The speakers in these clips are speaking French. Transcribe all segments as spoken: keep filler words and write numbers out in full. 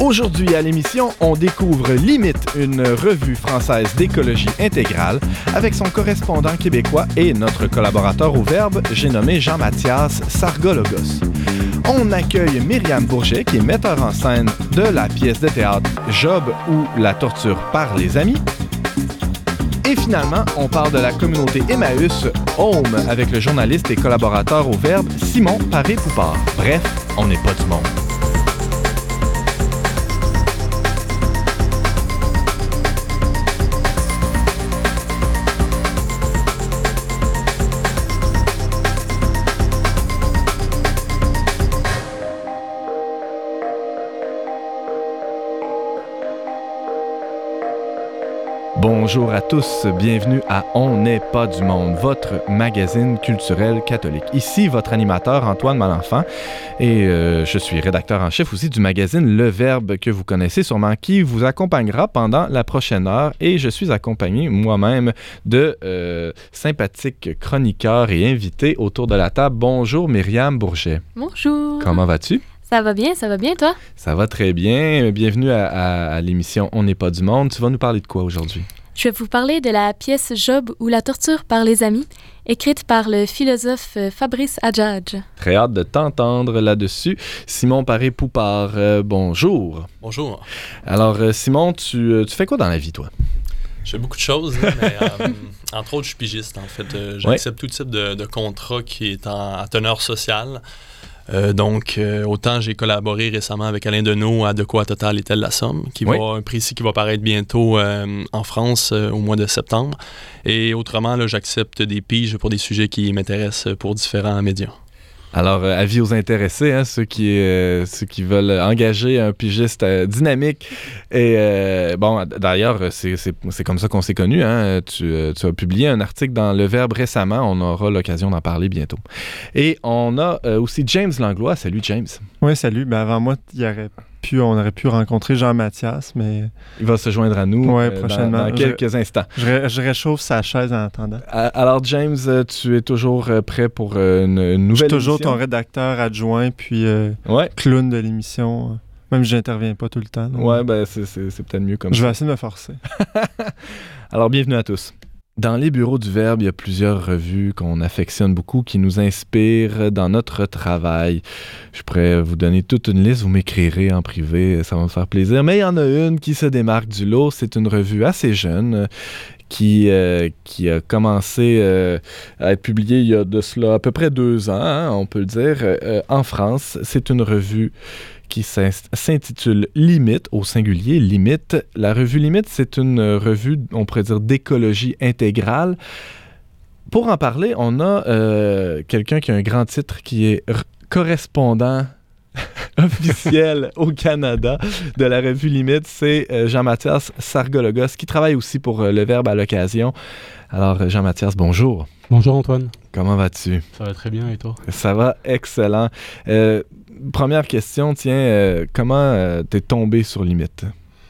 Aujourd'hui à l'émission, on découvre Limite, une revue française d'écologie intégrale, avec son correspondant québécois et notre collaborateur au Verbe, j'ai nommé Jean-Mathias Sargologos. On accueille Myriam Bourget, qui est metteur en scène de la pièce de théâtre Job ou la torture par les amis. Et finalement, on parle de la communauté Emmaüs Home avec le journaliste et collaborateur au Verbe, Simon Paré-Poupard. Bref, on n'est pas du monde. Bonjour à tous, bienvenue à On n'est pas du monde, votre magazine culturel catholique. Ici, votre animateur Antoine Malenfant et euh, je suis rédacteur en chef aussi du magazine Le Verbe que vous connaissez sûrement, qui vous accompagnera pendant la prochaine heure et je suis accompagné moi-même de euh, sympathiques chroniqueurs et invités autour de la table. Bonjour Myriam Bourget. Bonjour. Comment vas-tu? Ça va bien, ça va bien, toi? Ça va très bien. Bienvenue à, à, à l'émission On n'est pas du monde. Tu vas nous parler de quoi aujourd'hui? Je vais vous parler de la pièce Job ou la torture par les amis, écrite par le philosophe Fabrice Adjadj. Très hâte de t'entendre là-dessus. Simon Paré-Poupard, euh, bonjour. Bonjour. Alors, euh, Simon, tu, tu fais quoi dans la vie, toi? Je fais beaucoup de choses, là, mais euh, entre autres, je suis pigiste, en fait. Euh, j'accepte ouais. tout type de, de contrat qui est en, à teneur sociale. Euh, donc, euh, autant j'ai collaboré récemment avec Alain Deneau à De quoi Total est-elle la somme, qui oui. va un précis qui va paraître bientôt euh, en France euh, au mois de septembre. Et autrement, là, j'accepte des piges pour des sujets qui m'intéressent pour différents médias. Alors, euh, avis aux intéressés, hein, ceux, qui, euh, ceux qui veulent engager un pigiste euh, dynamique. Et euh, bon, d'ailleurs, c'est, c'est, c'est comme ça qu'on s'est connus. Hein. Tu, euh, tu as publié un article dans Le Verbe récemment. On aura l'occasion d'en parler bientôt. Et on a euh, aussi James Langlois. Salut, James. Oui, salut. Ben, avant moi, il y aurait pu, on aurait pu rencontrer Jean-Mathias, mais... Il va se joindre à nous ouais, euh, prochainement. Dans, dans quelques je, instants. Je, ré, je réchauffe sa chaise en attendant. Alors, James, tu es toujours prêt pour une, une nouvelle émission? Je suis toujours ton rédacteur adjoint, puis euh, ouais. clown de l'émission. Même si je n'interviens pas tout le temps. Oui, ben c'est, c'est, c'est peut-être mieux comme je ça. Je vais essayer de me forcer. Alors, bienvenue à tous. Dans les bureaux du Verbe, il y a plusieurs revues qu'on affectionne beaucoup, qui nous inspirent dans notre travail. Je pourrais vous donner toute une liste, vous m'écrirez en privé, ça va me faire plaisir. Mais il y en a une qui se démarque du lot, c'est une revue assez jeune, qui, euh, qui a commencé euh, à être publiée il y a de cela à peu près deux ans, hein, on peut le dire, euh, en France. C'est une revue qui s'intitule Limite, au singulier, Limite. La revue Limite, c'est une revue, on pourrait dire, d'écologie intégrale. Pour en parler, on a euh, quelqu'un qui a un grand titre, qui est r- correspondant officiel au Canada de la revue Limite. C'est euh, Jean-Mathias Sargologos, qui travaille aussi pour euh, Le Verbe à l'occasion. Alors, Jean-Mathias, bonjour. Bonjour Antoine. Comment vas-tu? Ça va très bien, et toi? Ça va excellent. Euh, première question, tiens, euh, comment euh, t'es tombé sur Limite?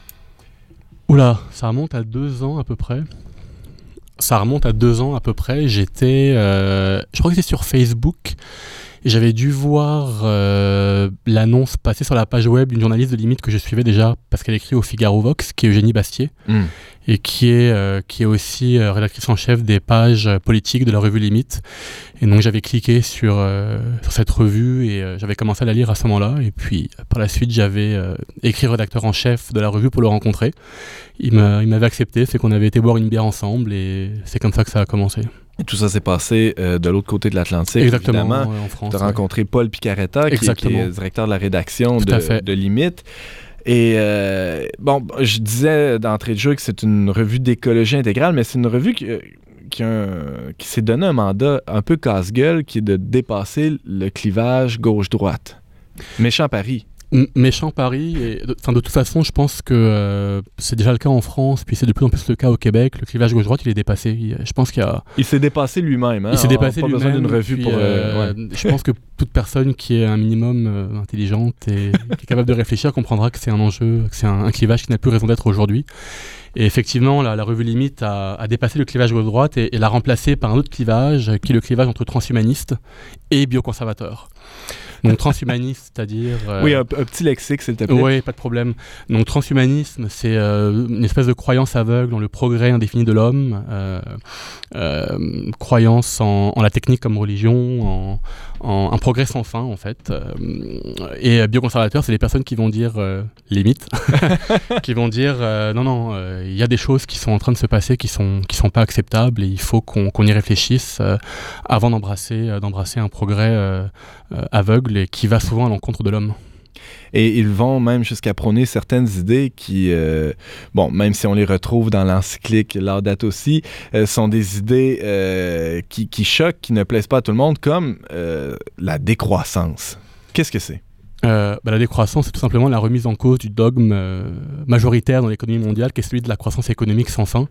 Oula, ça remonte à deux ans à peu près. Ça remonte à deux ans à peu près. J'étais, euh, je crois que c'était sur Facebook. Et j'avais dû voir euh, l'annonce passer sur la page web d'une journaliste de Limite que je suivais déjà parce qu'elle écrit au Figaro Vox, qui est Eugénie Bastier, mm. et qui est, euh, qui est aussi euh, rédactrice en chef des pages politiques de la revue Limite. Et donc j'avais cliqué sur, euh, sur cette revue et euh, j'avais commencé à la lire à ce moment-là. Et puis par la suite, j'avais euh, écrit rédacteur en chef de la revue pour le rencontrer. Il, m'a, il m'avait accepté, c'est qu'on avait été boire une bière ensemble et c'est comme ça que ça a commencé. Et tout ça s'est passé euh, de l'autre côté de l'Atlantique, exactement, évidemment. Ouais, en France. Tu as ouais. rencontré Paul Picaretta, qui, qui est directeur de la rédaction de, de Limite. Et euh, bon, je disais d'entrée de jeu que c'est une revue d'écologie intégrale, mais c'est une revue qui, qui, a un, qui s'est donné un mandat un peu casse-gueule, qui est de dépasser le clivage gauche-droite. Méchant pari. Méchant pari. Et de, de toute façon, je pense que euh, c'est déjà le cas en France, puis c'est de plus en plus le cas au Québec. Le clivage gauche-droite, il est dépassé. Il, je pense qu'il y a... Il s'est dépassé lui-même. Hein? Il s'est dépassé pas lui-même. Pas besoin d'une revue puis, pour... Euh, ouais. Je pense que toute personne qui est un minimum euh, intelligente et qui est capable de réfléchir comprendra que c'est un enjeu, que c'est un, un clivage qui n'a plus raison d'être aujourd'hui. Et effectivement, la, la revue Limite a, a dépassé le clivage gauche-droite et, et l'a remplacé par un autre clivage, qui est le clivage entre transhumanistes et bioconservateurs. Donc transhumanisme, c'est-à-dire... Euh... Oui, un, un petit lexique, s'il te plaît. Oui, pas de problème. Donc transhumanisme, c'est euh, une espèce de croyance aveugle dans le progrès indéfini de l'homme, euh, euh, croyance en, en la technique comme religion, en, en un progrès sans fin, en fait. Euh, et bioconservateurs, c'est les personnes qui vont dire euh, limite, qui vont dire euh, non, non, il euh, y a des choses qui sont en train de se passer qui sont qui sont pas acceptables et il faut qu'on, qu'on y réfléchisse euh, avant d'embrasser euh, d'embrasser un progrès euh, euh, aveugle et qui va souvent à l'encontre de l'homme. Et ils vont même jusqu'à prôner certaines idées qui, euh, bon, même si on les retrouve dans l'encyclique Laudato Si, euh, sont des idées euh, qui, qui choquent, qui ne plaisent pas à tout le monde, comme euh, la décroissance. Qu'est-ce que c'est? Euh, bah, la décroissance, c'est tout simplement la remise en cause du dogme euh, majoritaire dans l'économie mondiale, qui est celui de la croissance économique sans fin.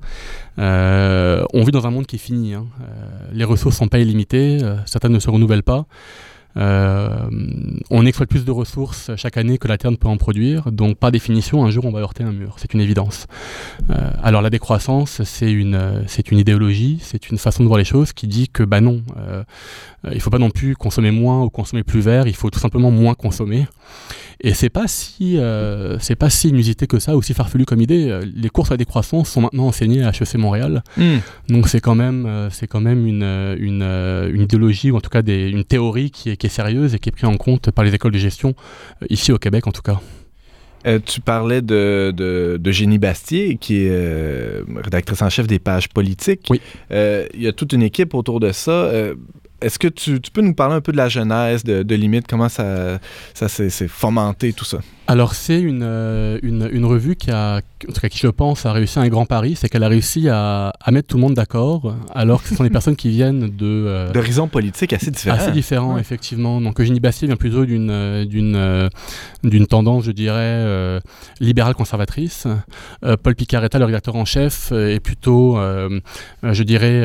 Euh, on vit dans un monde qui est fini. Hein. Euh, les ressources ne sont pas illimitées, euh, certaines ne se renouvellent pas. Euh, on exploite plus de ressources chaque année que la Terre ne peut en produire, donc par définition, un jour on va heurter un mur, c'est une évidence. Euh, alors la décroissance, c'est une, c'est une idéologie, c'est une façon de voir les choses qui dit que bah non, euh, il ne faut pas non plus consommer moins ou consommer plus vert, il faut tout simplement moins consommer. Et c'est pas si, euh, c'est pas si inusité que ça, aussi farfelu comme idée. Les cours sur la décroissance sont maintenant enseignés à H E C Montréal, mmh. donc c'est quand même, c'est quand même une, une, une idéologie ou en tout cas des, une théorie qui est, qui est sérieuse et qui est prise en compte par les écoles de gestion ici au Québec en tout cas. Euh, tu parlais de, de, de Génie Bastier, qui est euh, rédactrice en chef des pages politiques. Oui. Euh, il y a toute une équipe autour de ça. Euh, Est-ce que tu, tu peux nous parler un peu de la genèse de, de Limite, comment ça, ça s'est, s'est fomenté, tout ça? Alors, c'est une, euh, une, une revue qui a, en tout cas, qui, je pense, a réussi un grand pari, c'est qu'elle a réussi à, à mettre tout le monde d'accord, alors que ce sont des personnes qui viennent de... Euh, d'horizons politiques assez différents. Assez différents, ouais. effectivement. Donc, Eugénie Bastier vient plutôt d'une, d'une, euh, d'une tendance, je dirais, euh, libérale conservatrice. Euh, Paul Picaretta, le rédacteur en chef, est plutôt, euh, je dirais,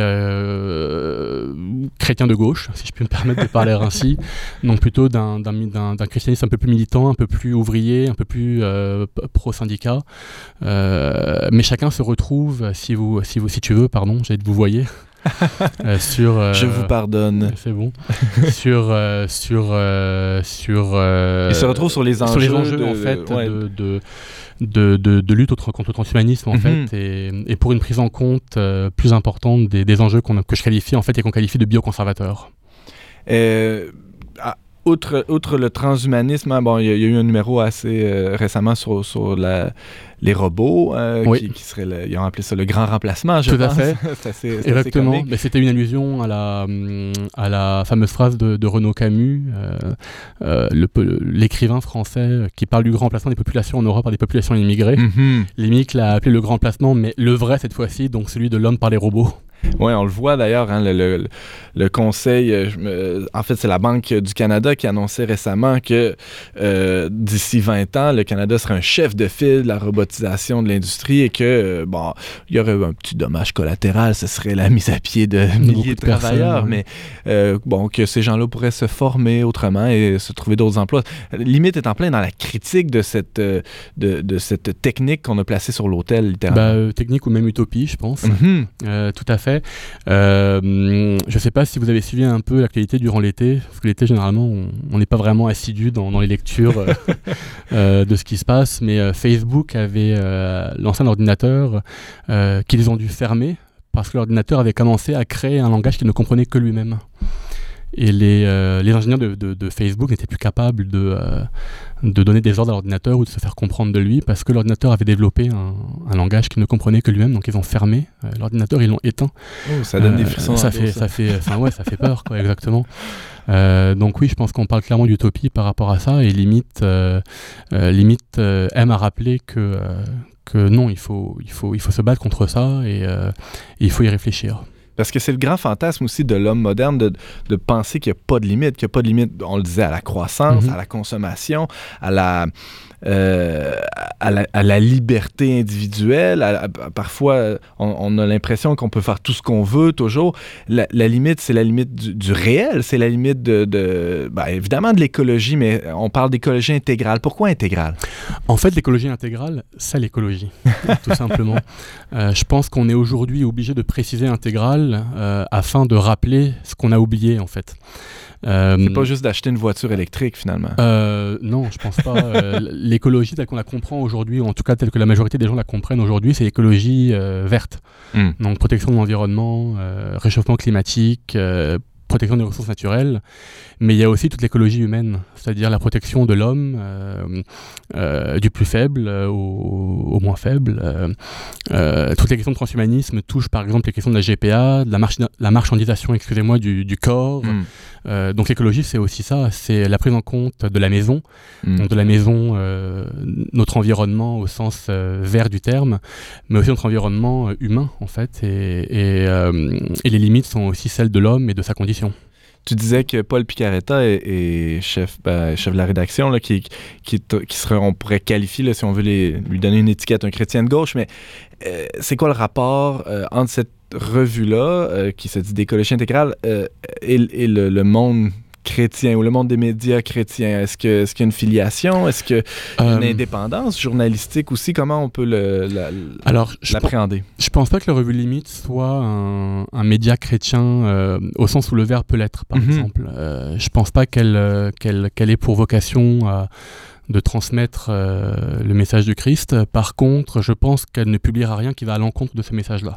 euh, chrétien de gauche, si je puis me permettre de parler ainsi. Donc, plutôt d'un, d'un, d'un, d'un christianisme un peu plus militant, un peu plus ouvrier, un peu plus euh, pro-syndicat, euh, mais chacun se retrouve, si vous, si vous, si tu veux, pardon, j'ai de vous voyez, euh, sur. Euh, Je vous pardonne. C'est bon. sur, euh, sur, euh, sur. Euh, Il se retrouve sur les enjeux. Sur les enjeux de, en fait, ouais. de, de, de, de, de lutte contre le transhumanisme en mm-hmm. fait, et, et pour une prise en compte euh, plus importante des, des enjeux qu'on, que je qualifie en fait et qu'on qualifie de bioconservateurs. Euh, ah. Outre, outre le transhumanisme, hein, bon, il y, y a eu un numéro assez euh, récemment sur, sur la, les robots, euh, oui. qui, qui serait le, ils ont appelé ça le grand remplacement, je Tout pense. Tout à fait. c'est assez, c'est Exactement. assez Mais c'était une allusion à la, à la fameuse phrase de, de Renaud Camus, euh, euh, le, l'écrivain français qui parle du grand remplacement des populations en Europe par des populations immigrées. Mm-hmm. Limite l'a appelé le grand remplacement, mais le vrai cette fois-ci, donc celui de l'homme par les robots. Oui, on le voit d'ailleurs, hein, le, le, le conseil, euh, je me, en fait c'est la Banque du Canada qui annonçait récemment que euh, d'ici vingt ans, le Canada serait un chef de file de la robotisation de l'industrie et que, euh, bon, il y aurait un petit dommage collatéral, ce serait la mise à pied de milliers de, de travailleurs, personnes, mais euh, bon, que ces gens-là pourraient se former autrement et se trouver d'autres emplois. Limite est en plein dans la critique de cette, de, de cette technique qu'on a placée sur l'autel, littéralement. Bah, euh, technique ou même utopie, je pense. Mm-hmm. Euh, tout à fait. Euh, je ne sais pas si vous avez suivi un peu l'actualité durant l'été, parce que l'été, généralement, on n'est pas vraiment assidu dans, dans les lectures euh, euh, de ce qui se passe, mais euh, Facebook avait euh, lancé un ordinateur euh, qu'ils ont dû fermer, parce que l'ordinateur avait commencé à créer un langage qu'il ne comprenait que lui-même. Et les, euh, les ingénieurs de, de, de Facebook n'étaient plus capables de, euh, de donner des ordres à l'ordinateur ou de se faire comprendre de lui parce que l'ordinateur avait développé un, un langage qu'il ne comprenait que lui-même, donc ils ont fermé euh, l'ordinateur, ils l'ont éteint. Oh, ça donne euh, des frissons. Ça fait, ça fait, enfin ouais, ça fait peur, quoi, exactement. Euh, donc oui, je pense qu'on parle clairement d'utopie par rapport à ça et limite, euh, euh, limite euh, aime à rappeler que euh, que non, il faut, il faut, il faut se battre contre ça et, euh, et il faut y réfléchir. Parce que c'est le grand fantasme aussi de l'homme moderne de, de penser qu'il n'y a pas de limite, qu'il n'y a pas de limite, on le disait, à la croissance, mm-hmm. à la consommation, à la, euh, à, la, à la liberté individuelle. À, à, parfois, on, on a l'impression qu'on peut faire tout ce qu'on veut, toujours. La, la limite, c'est la limite du, du réel, c'est la limite de, de ben, évidemment de l'écologie, mais on parle d'écologie intégrale. Pourquoi intégrale? En fait, l'écologie intégrale, c'est l'écologie, tout simplement. Euh, je pense qu'on est aujourd'hui obligé de préciser intégrale euh, afin de rappeler ce qu'on a oublié, en fait. Euh, c'est pas juste d'acheter une voiture électrique, finalement. Euh, non, je pense pas. euh, l'écologie telle qu'on la comprend aujourd'hui, ou en tout cas telle que la majorité des gens la comprennent aujourd'hui, c'est l'écologie euh, verte. Mm. Donc protection de l'environnement, euh, réchauffement climatique, euh, protection des ressources naturelles, mais il y a aussi toute l'écologie humaine, c'est-à-dire la protection de l'homme, euh, euh, du plus faible euh, au, au moins faible. Euh, euh, toutes les questions de transhumanisme touchent par exemple les questions de la G P A, de la, march- la marchandisation, excusez-moi, du, du corps. Mm. Euh, donc l'écologie, c'est aussi ça, c'est la prise en compte de la maison, mm. donc de la maison, euh, notre environnement au sens euh, vert du terme, mais aussi notre environnement euh, humain en fait, et, et, euh, et les limites sont aussi celles de l'homme et de sa condition. Tu disais que Paul Picaretta est, est chef, ben, chef de la rédaction, là, qui, qui, qui serait, on pourrait qualifier, là, si on veut les, lui donner une étiquette, un chrétien de gauche, mais euh, c'est quoi le rapport euh, entre cette revue-là, euh, qui se dit d'écologie intégrale, euh, et, et le, le monde chrétien ou le monde des médias chrétiens? Est-ce, que, est-ce qu'il y a une filiation? Est-ce qu'il y a une euh, indépendance journalistique aussi? Comment on peut le, la, alors, l'appréhender? Je, je pense pas que la revue Limite soit un, un média chrétien euh, au sens où le verbe peut l'être, par mm-hmm. exemple. Euh, je pense pas qu'elle, qu'elle, qu'elle ait pour vocation à de transmettre euh, le message du Christ. Par contre, je pense qu'elle ne publiera rien qui va à l'encontre de ce message-là.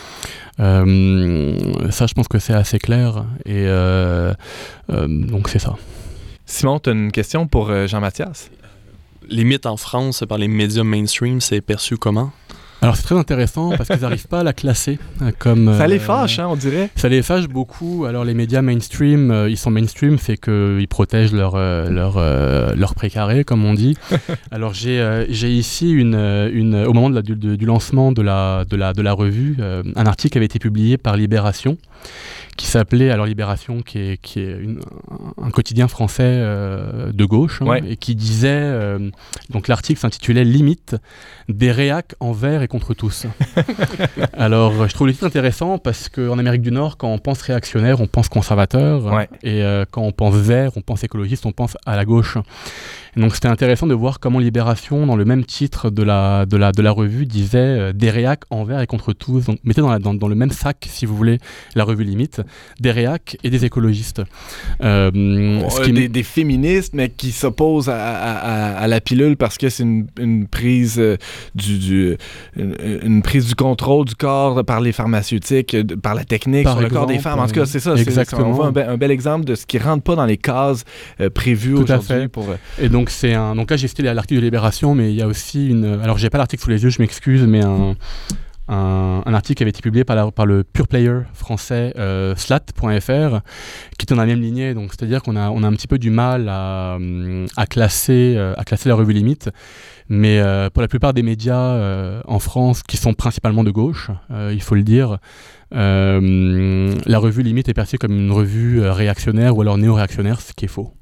Euh, ça, je pense que c'est assez clair. Et euh, euh, donc, c'est ça. Simon, tu as une question pour euh, Jean-Mathias? Les mythes en France, par les médias mainstream, c'est perçu comment? Alors, c'est très intéressant parce qu'ils n'arrivent pas à la classer comme... Ça les fâche, hein, on dirait. Ça les fâche beaucoup. Alors, les médias mainstream, euh, ils sont mainstream, fait qu'ils protègent leur, euh, leur, euh, leur précaré, comme on dit. Alors, j'ai, euh, j'ai ici, une, une, au moment de la, du, du lancement de la, de la, de la revue, euh, un article qui avait été publié par Libération, qui s'appelait, alors Libération, qui est, qui est une, un quotidien français euh, de gauche, hein, ouais. et qui disait, euh, donc l'article s'intitulait « Limite, des réacs envers et contre tous ». Alors, je trouve le titre intéressant parce qu'en Amérique du Nord, quand on pense réactionnaire, on pense conservateur, ouais. et euh, quand on pense vert, on pense écologiste, on pense à la gauche. Et donc c'était intéressant de voir comment Libération, dans le même titre de la, de la, de la revue, disait euh, des réacs envers et contre tous. Donc mettez dans, la, dans, dans le même sac, si vous voulez, la revue Limite, des réacs et des écologistes. Euh, bon, ce qui... des, des féministes, mais qui s'opposent à, à, à la pilule parce que c'est une, une prise euh, du, du une, une prise du contrôle du corps par les pharmaceutiques, par la technique par sur exemple, le corps des femmes. En tout cas, c'est ça. Exactement. C'est, on voit un, be- un bel exemple de ce qui rentre pas dans les cases euh, prévues Tout aujourd'hui. À fait. Pour, euh... Et donc c'est un. Donc là j'ai cité l'article de Libération, mais il y a aussi une. Alors j'ai pas l'article sous les yeux, je m'excuse, mais un. Un, un article qui avait été publié par, la, par le pure player français euh, slat point f r qui est dans la même lignée, donc c'est-à-dire qu'on a, on a un petit peu du mal à, à, classer, à classer la revue Limite, mais euh, pour la plupart des médias euh, en France qui sont principalement de gauche, euh, il faut le dire, euh, la revue Limite est perçue comme une revue réactionnaire ou alors néo-réactionnaire, ce qui est faux.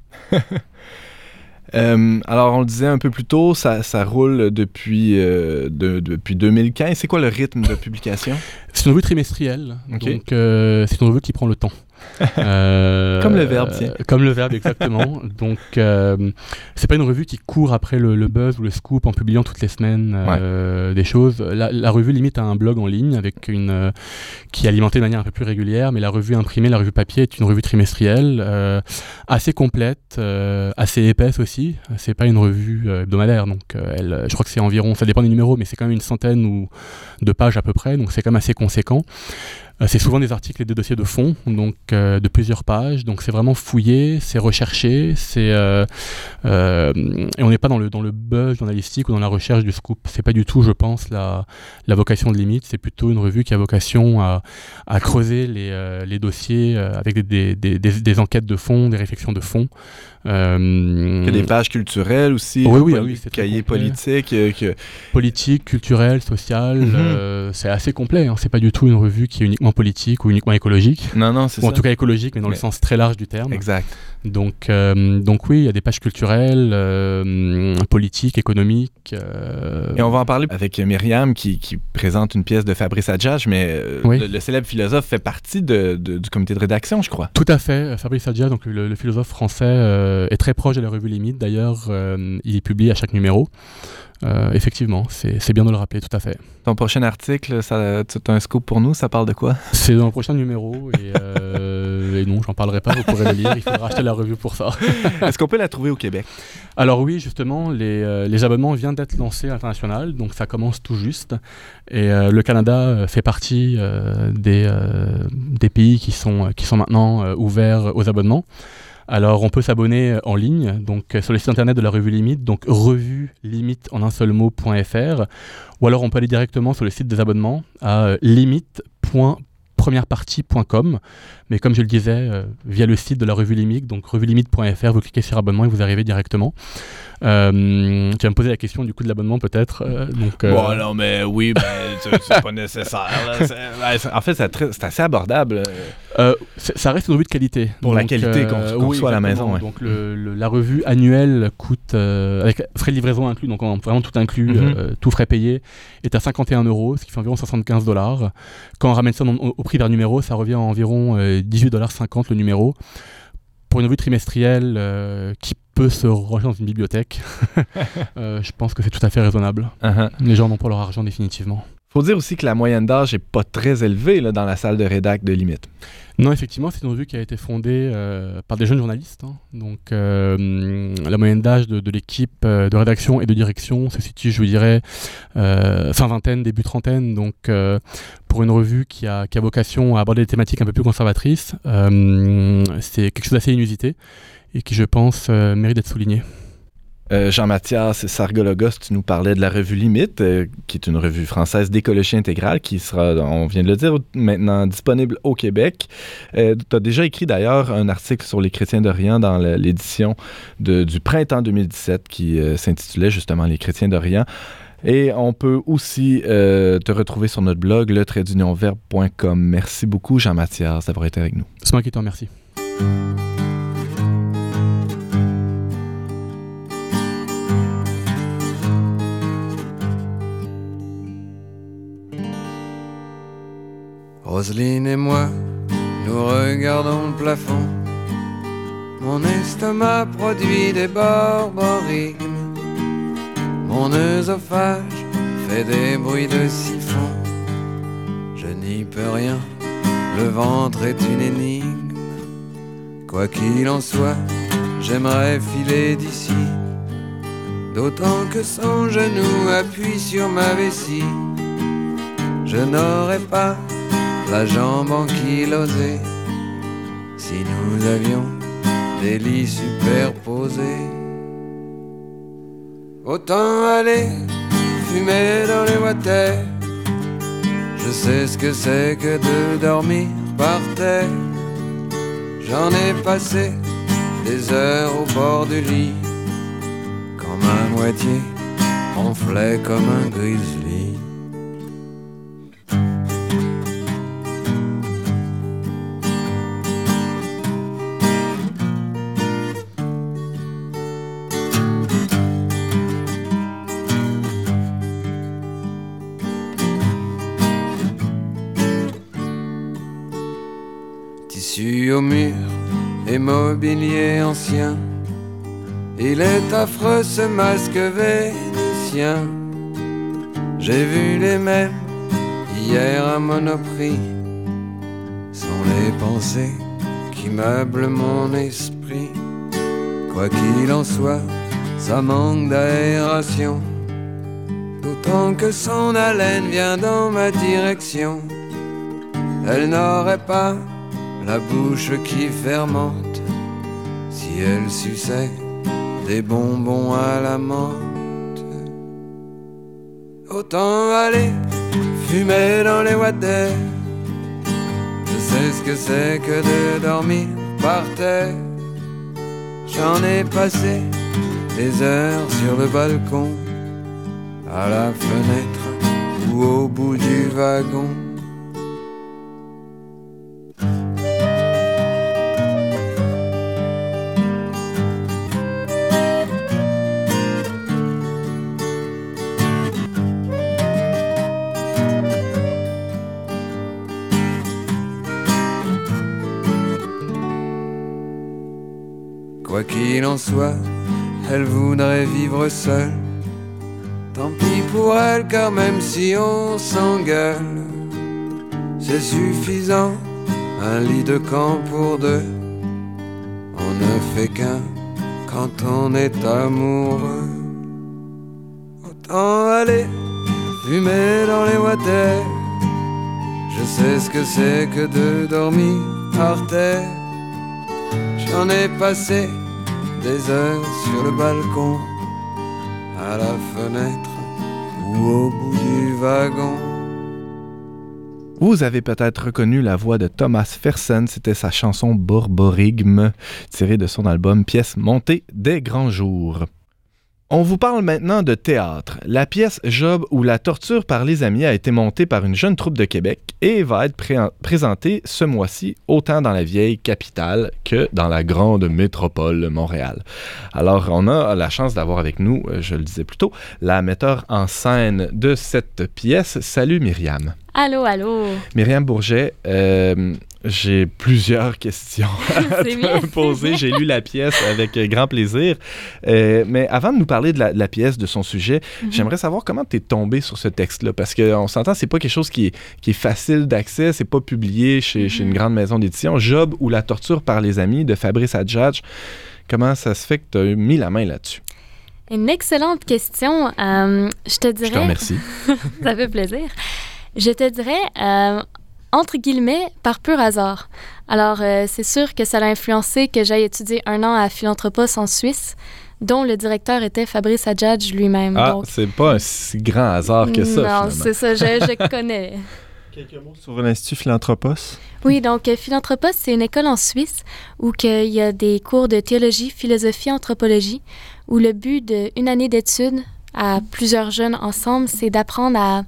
Euh, alors, on le disait un peu plus tôt, ça, ça roule depuis, euh, de, depuis deux mille quinze. C'est quoi le rythme de publication? C'est une revue trimestrielle, okay. donc euh, c'est une revue qui prend le temps. Euh, comme le Verbe, tiens. Euh, comme le Verbe, exactement. Donc, euh, c'est pas une revue qui court après le, le buzz ou le scoop en publiant toutes les semaines euh, ouais. des choses. La, la revue Limite a un blog en ligne avec une euh, qui est alimenté de manière un peu plus régulière, mais la revue imprimée, la revue papier, est une revue trimestrielle, euh, assez complète, euh, assez épaisse aussi. C'est pas une revue euh, hebdomadaire, donc euh, elle, je crois que c'est environ, ça dépend des numéros, mais c'est quand même une centaine ou de pages à peu près, donc c'est quand même assez conséquent. C'est souvent des articles et des dossiers de fond, donc euh, de plusieurs pages. Donc c'est vraiment fouillé, c'est recherché, c'est euh, euh, et on n'est pas dans le dans le buzz journalistique ou dans la recherche du scoop. C'est pas du tout, je pense, la la vocation de Limite. C'est plutôt une revue qui a vocation à à creuser les euh, les dossiers euh, avec des des, des des des enquêtes de fond, des réflexions de fond. Euh... Il y a des pages culturelles aussi, oui, oui, poli- oui, c'est cahiers politiques. Euh, que... Politique, culturel, social, mm-hmm. euh, c'est assez complet. Hein. C'est pas du tout une revue qui est uniquement uniquement politique ou uniquement écologique. Non, non, c'est ou ça. en tout cas écologique, mais dans mais... le sens très large du terme. Exact. Donc, euh, donc oui, il y a des pages culturelles, euh, politiques, économiques. Euh... Et on va en parler avec Myriam qui, qui présente une pièce de Fabrice Adjadj, mais euh, oui. le, le célèbre philosophe fait partie de, de, du comité de rédaction, je crois. Tout à fait. Fabrice Adjadj, donc le, le philosophe français, euh, est très proche de la revue Limite. D'ailleurs, euh, il est publié à chaque numéro. Euh, effectivement, c'est, c'est bien de le rappeler, tout à fait. Ton prochain article, ça, tu as un scoop pour nous, ça parle de quoi? C'est dans le prochain numéro et, euh, et non, j'en parlerai pas, vous pourrez le lire, il faudra acheter la revue pour ça. Est-ce qu'on peut la trouver au Québec? Alors oui, justement, les, euh, les abonnements viennent d'être lancés à l'international, donc ça commence tout juste. Et euh, le Canada fait partie euh, des, euh, des pays qui sont, qui sont maintenant euh, ouverts aux abonnements. Alors, on peut s'abonner en ligne, donc sur le site internet de la revue Limite, donc revue limite en un seul mot.fr, ou alors on peut aller directement sur le site des abonnements à limite point première partie point com. Mais comme je le disais, euh, via le site de la revue Limite, donc revue limite point f r, vous cliquez sur abonnement et vous arrivez directement. Euh, tu vas me poser la question du coût de l'abonnement peut-être. Euh, donc, euh... Bon, non, mais oui, ben, c'est, c'est pas nécessaire. Là. C'est, en fait, c'est, très, c'est assez abordable. Euh, ça reste une revue de qualité. Pour donc, la qualité qu'on, qu'on oui, reçoit à la maison. Ouais. Donc le, le, la revue annuelle coûte, euh, avec frais de livraison inclus, donc vraiment tout inclus, mm-hmm. euh, tout frais payé, est à cinquante et un euros, ce qui fait environ soixante-quinze dollars. Quand on ramène ça au, au prix d'un numéro, ça revient à environ euh, dix-huit dollars cinquante le numéro. Pour une revue trimestrielle euh, qui peut se ranger dans une bibliothèque, euh, je pense que c'est tout à fait raisonnable. Uh-huh. Les gens n'ont pas leur argent définitivement. Il faut dire aussi que la moyenne d'âge n'est pas très élevée là, dans la salle de rédac de Limite. Non, effectivement, c'est une revue qui a été fondée euh, par des jeunes journalistes. Hein. Donc, euh, la moyenne d'âge de, de l'équipe euh, de rédaction et de direction se situe, je vous dirais, euh, fin vingtaine, début trentaine. Donc, euh, pour une revue qui a, qui a vocation à aborder des thématiques un peu plus conservatrices, euh, c'est quelque chose d'assez inusité et qui, je pense, euh, mérite d'être souligné. Euh, Jean-Mathias Sargologos, tu nous parlais de la revue Limite, euh, qui est une revue française d'écologie intégrale, qui sera, on vient de le dire, maintenant disponible au Québec. Euh, tu as déjà écrit d'ailleurs un article sur les chrétiens d'Orient dans la, l'édition de, du printemps deux mille dix-sept qui euh, s'intitulait justement « Les chrétiens d'Orient ». Et on peut aussi euh, te retrouver sur notre blog, le trait d'union verbe point com. Merci beaucoup, Jean-Mathias, d'avoir été avec nous. C'est moi qui te remercie. Roselyne et moi, nous regardons le plafond. Mon estomac produit des borborigmes. Mon œsophage fait des bruits de siphon. Je n'y peux rien, le ventre est une énigme. Quoi qu'il en soit, j'aimerais filer d'ici. D'autant que son genou appuie sur ma vessie. Je n'aurais pas la jambe ankylosée si nous avions des lits superposés. Autant aller fumer dans les water. Je sais ce que c'est que de dormir par terre. J'en ai passé des heures au bord du lit quand ma moitié ronflait comme un grizzly. Au mur et mobilier ancien, il est affreux ce masque vénitien. J'ai vu les mêmes hier à Monoprix. Sont les pensées qui meublent mon esprit. Quoi qu'il en soit, ça manque d'aération. D'autant que son haleine vient dans ma direction. Elle n'aurait pas la bouche qui fermente si elle suçait des bonbons à la menthe. Autant aller fumer dans les water. Je sais ce que c'est que de dormir par terre. J'en ai passé des heures sur le balcon, à la fenêtre ou au bout du wagon. Quoi qu'il en soit, elle voudrait vivre seule. Tant pis pour elle, car même si on s'engueule, c'est suffisant, un lit de camp pour deux. On ne fait qu'un quand on est amoureux. Autant aller fumer dans les water. Je sais ce que c'est que de dormir par terre. J'en ai passé des heures sur le balcon, à la fenêtre ou au bout du wagon. Vous avez peut-être reconnu la voix de Thomas Fersen, c'était sa chanson Borborigme, tirée de son album Pièce montée des grands jours. On vous parle maintenant de théâtre. La pièce Job ou la torture par les amis a été montée par une jeune troupe de Québec et va être pré- présentée ce mois-ci autant dans la vieille capitale que dans la grande métropole Montréal. Alors, on a la chance d'avoir avec nous, je le disais plus tôt, la metteur en scène de cette pièce. Salut Myriam. Allô, allô. Myriam Bourget, euh, j'ai plusieurs questions à te bien, poser. J'ai lu la pièce avec grand plaisir. Euh, mais avant de nous parler de la, de la pièce, de son sujet, mm-hmm. j'aimerais savoir comment tu es tombée sur ce texte-là. Parce qu'on s'entend, c'est pas quelque chose qui est, qui est facile d'accès. C'est pas publié chez, mm-hmm. chez une grande maison d'édition. Job ou la torture par les amis de Fabrice Adjadj. Comment ça se fait que tu as mis la main là-dessus? Une excellente question. Euh, je te dirais... Je te remercie. Ça fait plaisir. Je te dirais, euh, entre guillemets, par pur hasard. Alors, euh, c'est sûr que ça l'a influencé que j'aille étudier un an à Philanthropos en Suisse, dont le directeur était Fabrice Adjadj lui-même. Ah, donc... c'est pas un si grand hasard que ça, Non, finalement. c'est ça, je, je connais. Quelques mots sur l'Institut Philanthropos. Oui, donc euh, Philanthropos, c'est une école en Suisse où il y a des cours de théologie, philosophie, anthropologie, où le but d'une année d'études à plusieurs jeunes ensemble, c'est d'apprendre à...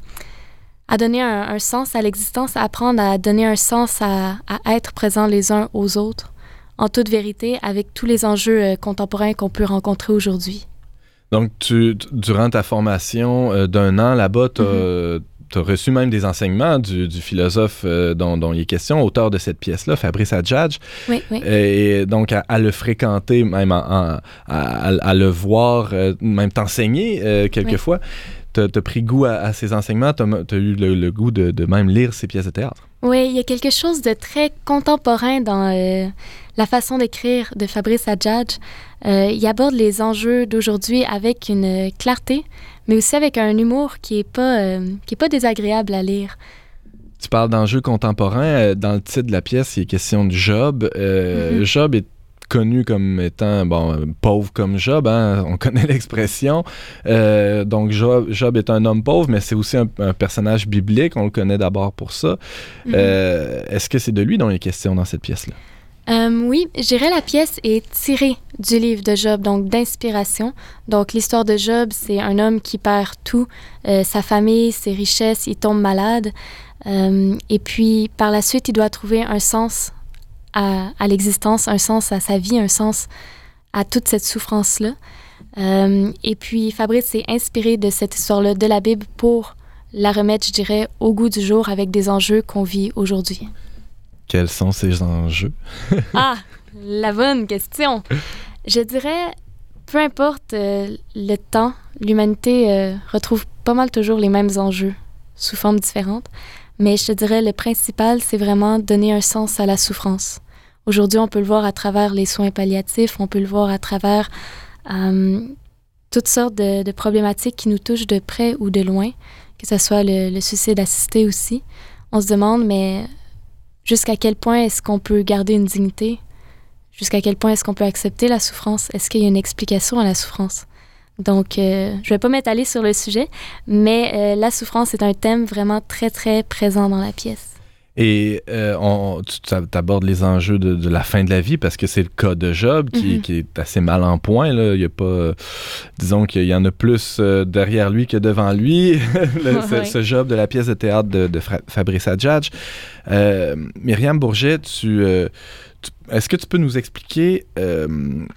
à donner un, un sens à l'existence, à apprendre à donner un sens à, à être présents les uns aux autres, en toute vérité, avec tous les enjeux euh, contemporains qu'on peut rencontrer aujourd'hui. Donc, tu, tu, durant ta formation euh, d'un an là-bas, tu as mm-hmm. reçu même des enseignements du, du philosophe euh, dont, dont il est question, auteur de cette pièce-là, Fabrice Adjadj. Oui, oui. Et donc, à, à le fréquenter, même en, en, à, à le voir, euh, même t'enseigner euh, quelquefois. Oui. Tu as pris goût à, à ces enseignements, tu as eu le, le goût de, de même lire ces pièces de théâtre. Oui, il y a quelque chose de très contemporain dans euh, la façon d'écrire de Fabrice Adjadj. Euh, il aborde les enjeux d'aujourd'hui avec une clarté, mais aussi avec un humour qui n'est pas, euh, qui est pas désagréable à lire. Tu parles d'enjeux contemporains. Dans le titre de la pièce, il est question de Job. Euh, mm-hmm. Job est connu comme étant, bon, pauvre comme Job, hein? On connaît l'expression. Euh, donc, Job, Job est un homme pauvre, mais c'est aussi un, un personnage biblique. On le connaît d'abord pour ça. Mm-hmm. Euh, est-ce que c'est de lui dont il est question dans cette pièce-là? Euh, oui, je dirais la pièce est tirée du livre de Job, donc d'inspiration. Donc, l'histoire de Job, c'est un homme qui perd tout, euh, sa famille, ses richesses, il tombe malade. Euh, et puis, par la suite, il doit trouver un sens À, à l'existence, un sens à sa vie, un sens à toute cette souffrance-là. Euh, et puis, Fabrice s'est inspiré de cette histoire-là, de la Bible, pour la remettre, je dirais, au goût du jour avec des enjeux qu'on vit aujourd'hui. Quels sont ces enjeux? Ah, la bonne question! Je dirais, peu importe euh, le temps, l'humanité euh, retrouve pas mal toujours les mêmes enjeux, sous formes différentes. Mais je te dirais, le principal, c'est vraiment donner un sens à la souffrance. Aujourd'hui, on peut le voir à travers les soins palliatifs, on peut le voir à travers euh, toutes sortes de, de problématiques qui nous touchent de près ou de loin, que ce soit le, le suicide assisté aussi. On se demande, mais jusqu'à quel point est-ce qu'on peut garder une dignité? Jusqu'à quel point est-ce qu'on peut accepter la souffrance? Est-ce qu'il y a une explication à la souffrance? Donc, euh, je ne vais pas m'étaler sur le sujet, mais euh, la souffrance est un thème vraiment très, très présent dans la pièce. Et euh, on, tu abordes les enjeux de, de la fin de la vie parce que c'est le cas de Job qui, mm-hmm. qui est assez mal en point. Là. Il y a pas, euh, disons qu'il y en a plus euh, derrière lui que devant lui, le, ce, oui. ce Job de la pièce de théâtre de, de Fra- Fabrice Adjadj. Euh, Myriam Bourget, tu, euh, tu, est-ce que tu peux nous expliquer... Euh,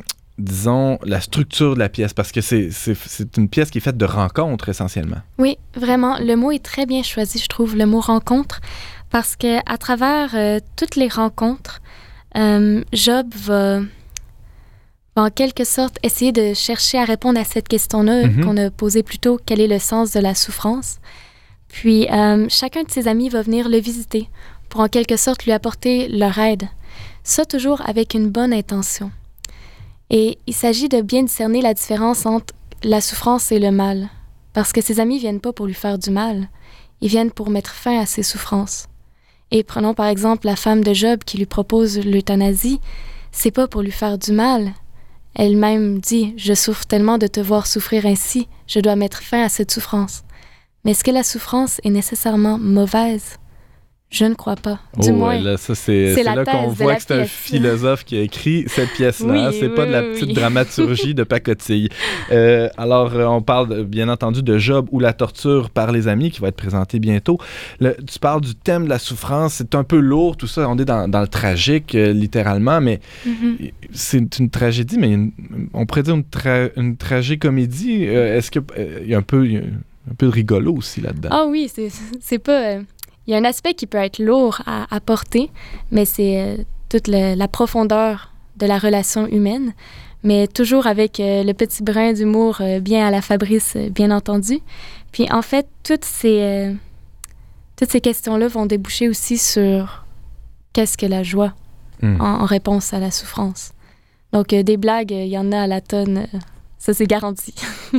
disons, la structure de la pièce, parce que c'est, c'est, c'est une pièce qui est faite de rencontres, essentiellement. Oui, vraiment. Le mot est très bien choisi, je trouve, le mot « rencontre », parce qu'à travers euh, toutes les rencontres, euh, Job va, va en quelque sorte essayer de chercher à répondre à cette question-là Mhm. qu'on a posée plus tôt, quel est le sens de la souffrance. Puis euh, chacun de ses amis va venir le visiter pour en quelque sorte lui apporter leur aide. Ça toujours avec une bonne intention. Et il s'agit de bien discerner la différence entre la souffrance et le mal. Parce que ses amis viennent pas pour lui faire du mal, ils viennent pour mettre fin à ses souffrances. Et prenons par exemple la femme de Job qui lui propose l'euthanasie, c'est pas pour lui faire du mal. Elle-même dit « Je souffre tellement de te voir souffrir ainsi, je dois mettre fin à cette souffrance. » Mais est-ce que la souffrance est nécessairement mauvaise? Je ne crois pas. Du oh, moins, ouais, là, ça, c'est, c'est c'est la là qu'on thèse de voit la que c'est un pièce. philosophe qui a écrit cette pièce-là. Oui, hein. C'est oui, pas de la oui, petite oui. dramaturgie de pacotille. Euh, alors, euh, on parle euh, bien entendu de Job ou la torture par les amis qui va être présentée bientôt. Le, tu parles du thème de la souffrance. C'est un peu lourd, tout ça. On est dans, dans le tragique, euh, littéralement, mais Mhm. c'est une tragédie, mais une- on pourrait dire une, tra- une tragicomédie. Euh, est-ce qu'il euh, y a un peu... y a un peu de rigolo aussi là-dedans? Ah oui, c'est, c'est pas... euh, il y a un aspect qui peut être lourd à, à porter, mais c'est euh, toute le- la profondeur de la relation humaine, mais toujours avec euh, le petit brin d'humour euh, bien à la Fabrice, euh, bien entendu. Puis en fait, toutes ces, euh, toutes ces questions-là vont déboucher aussi sur qu'est-ce que la joie Hmm. en, en réponse à la souffrance. Donc euh, des blagues, euh, il y en a à la tonne, euh, ça c'est garanti.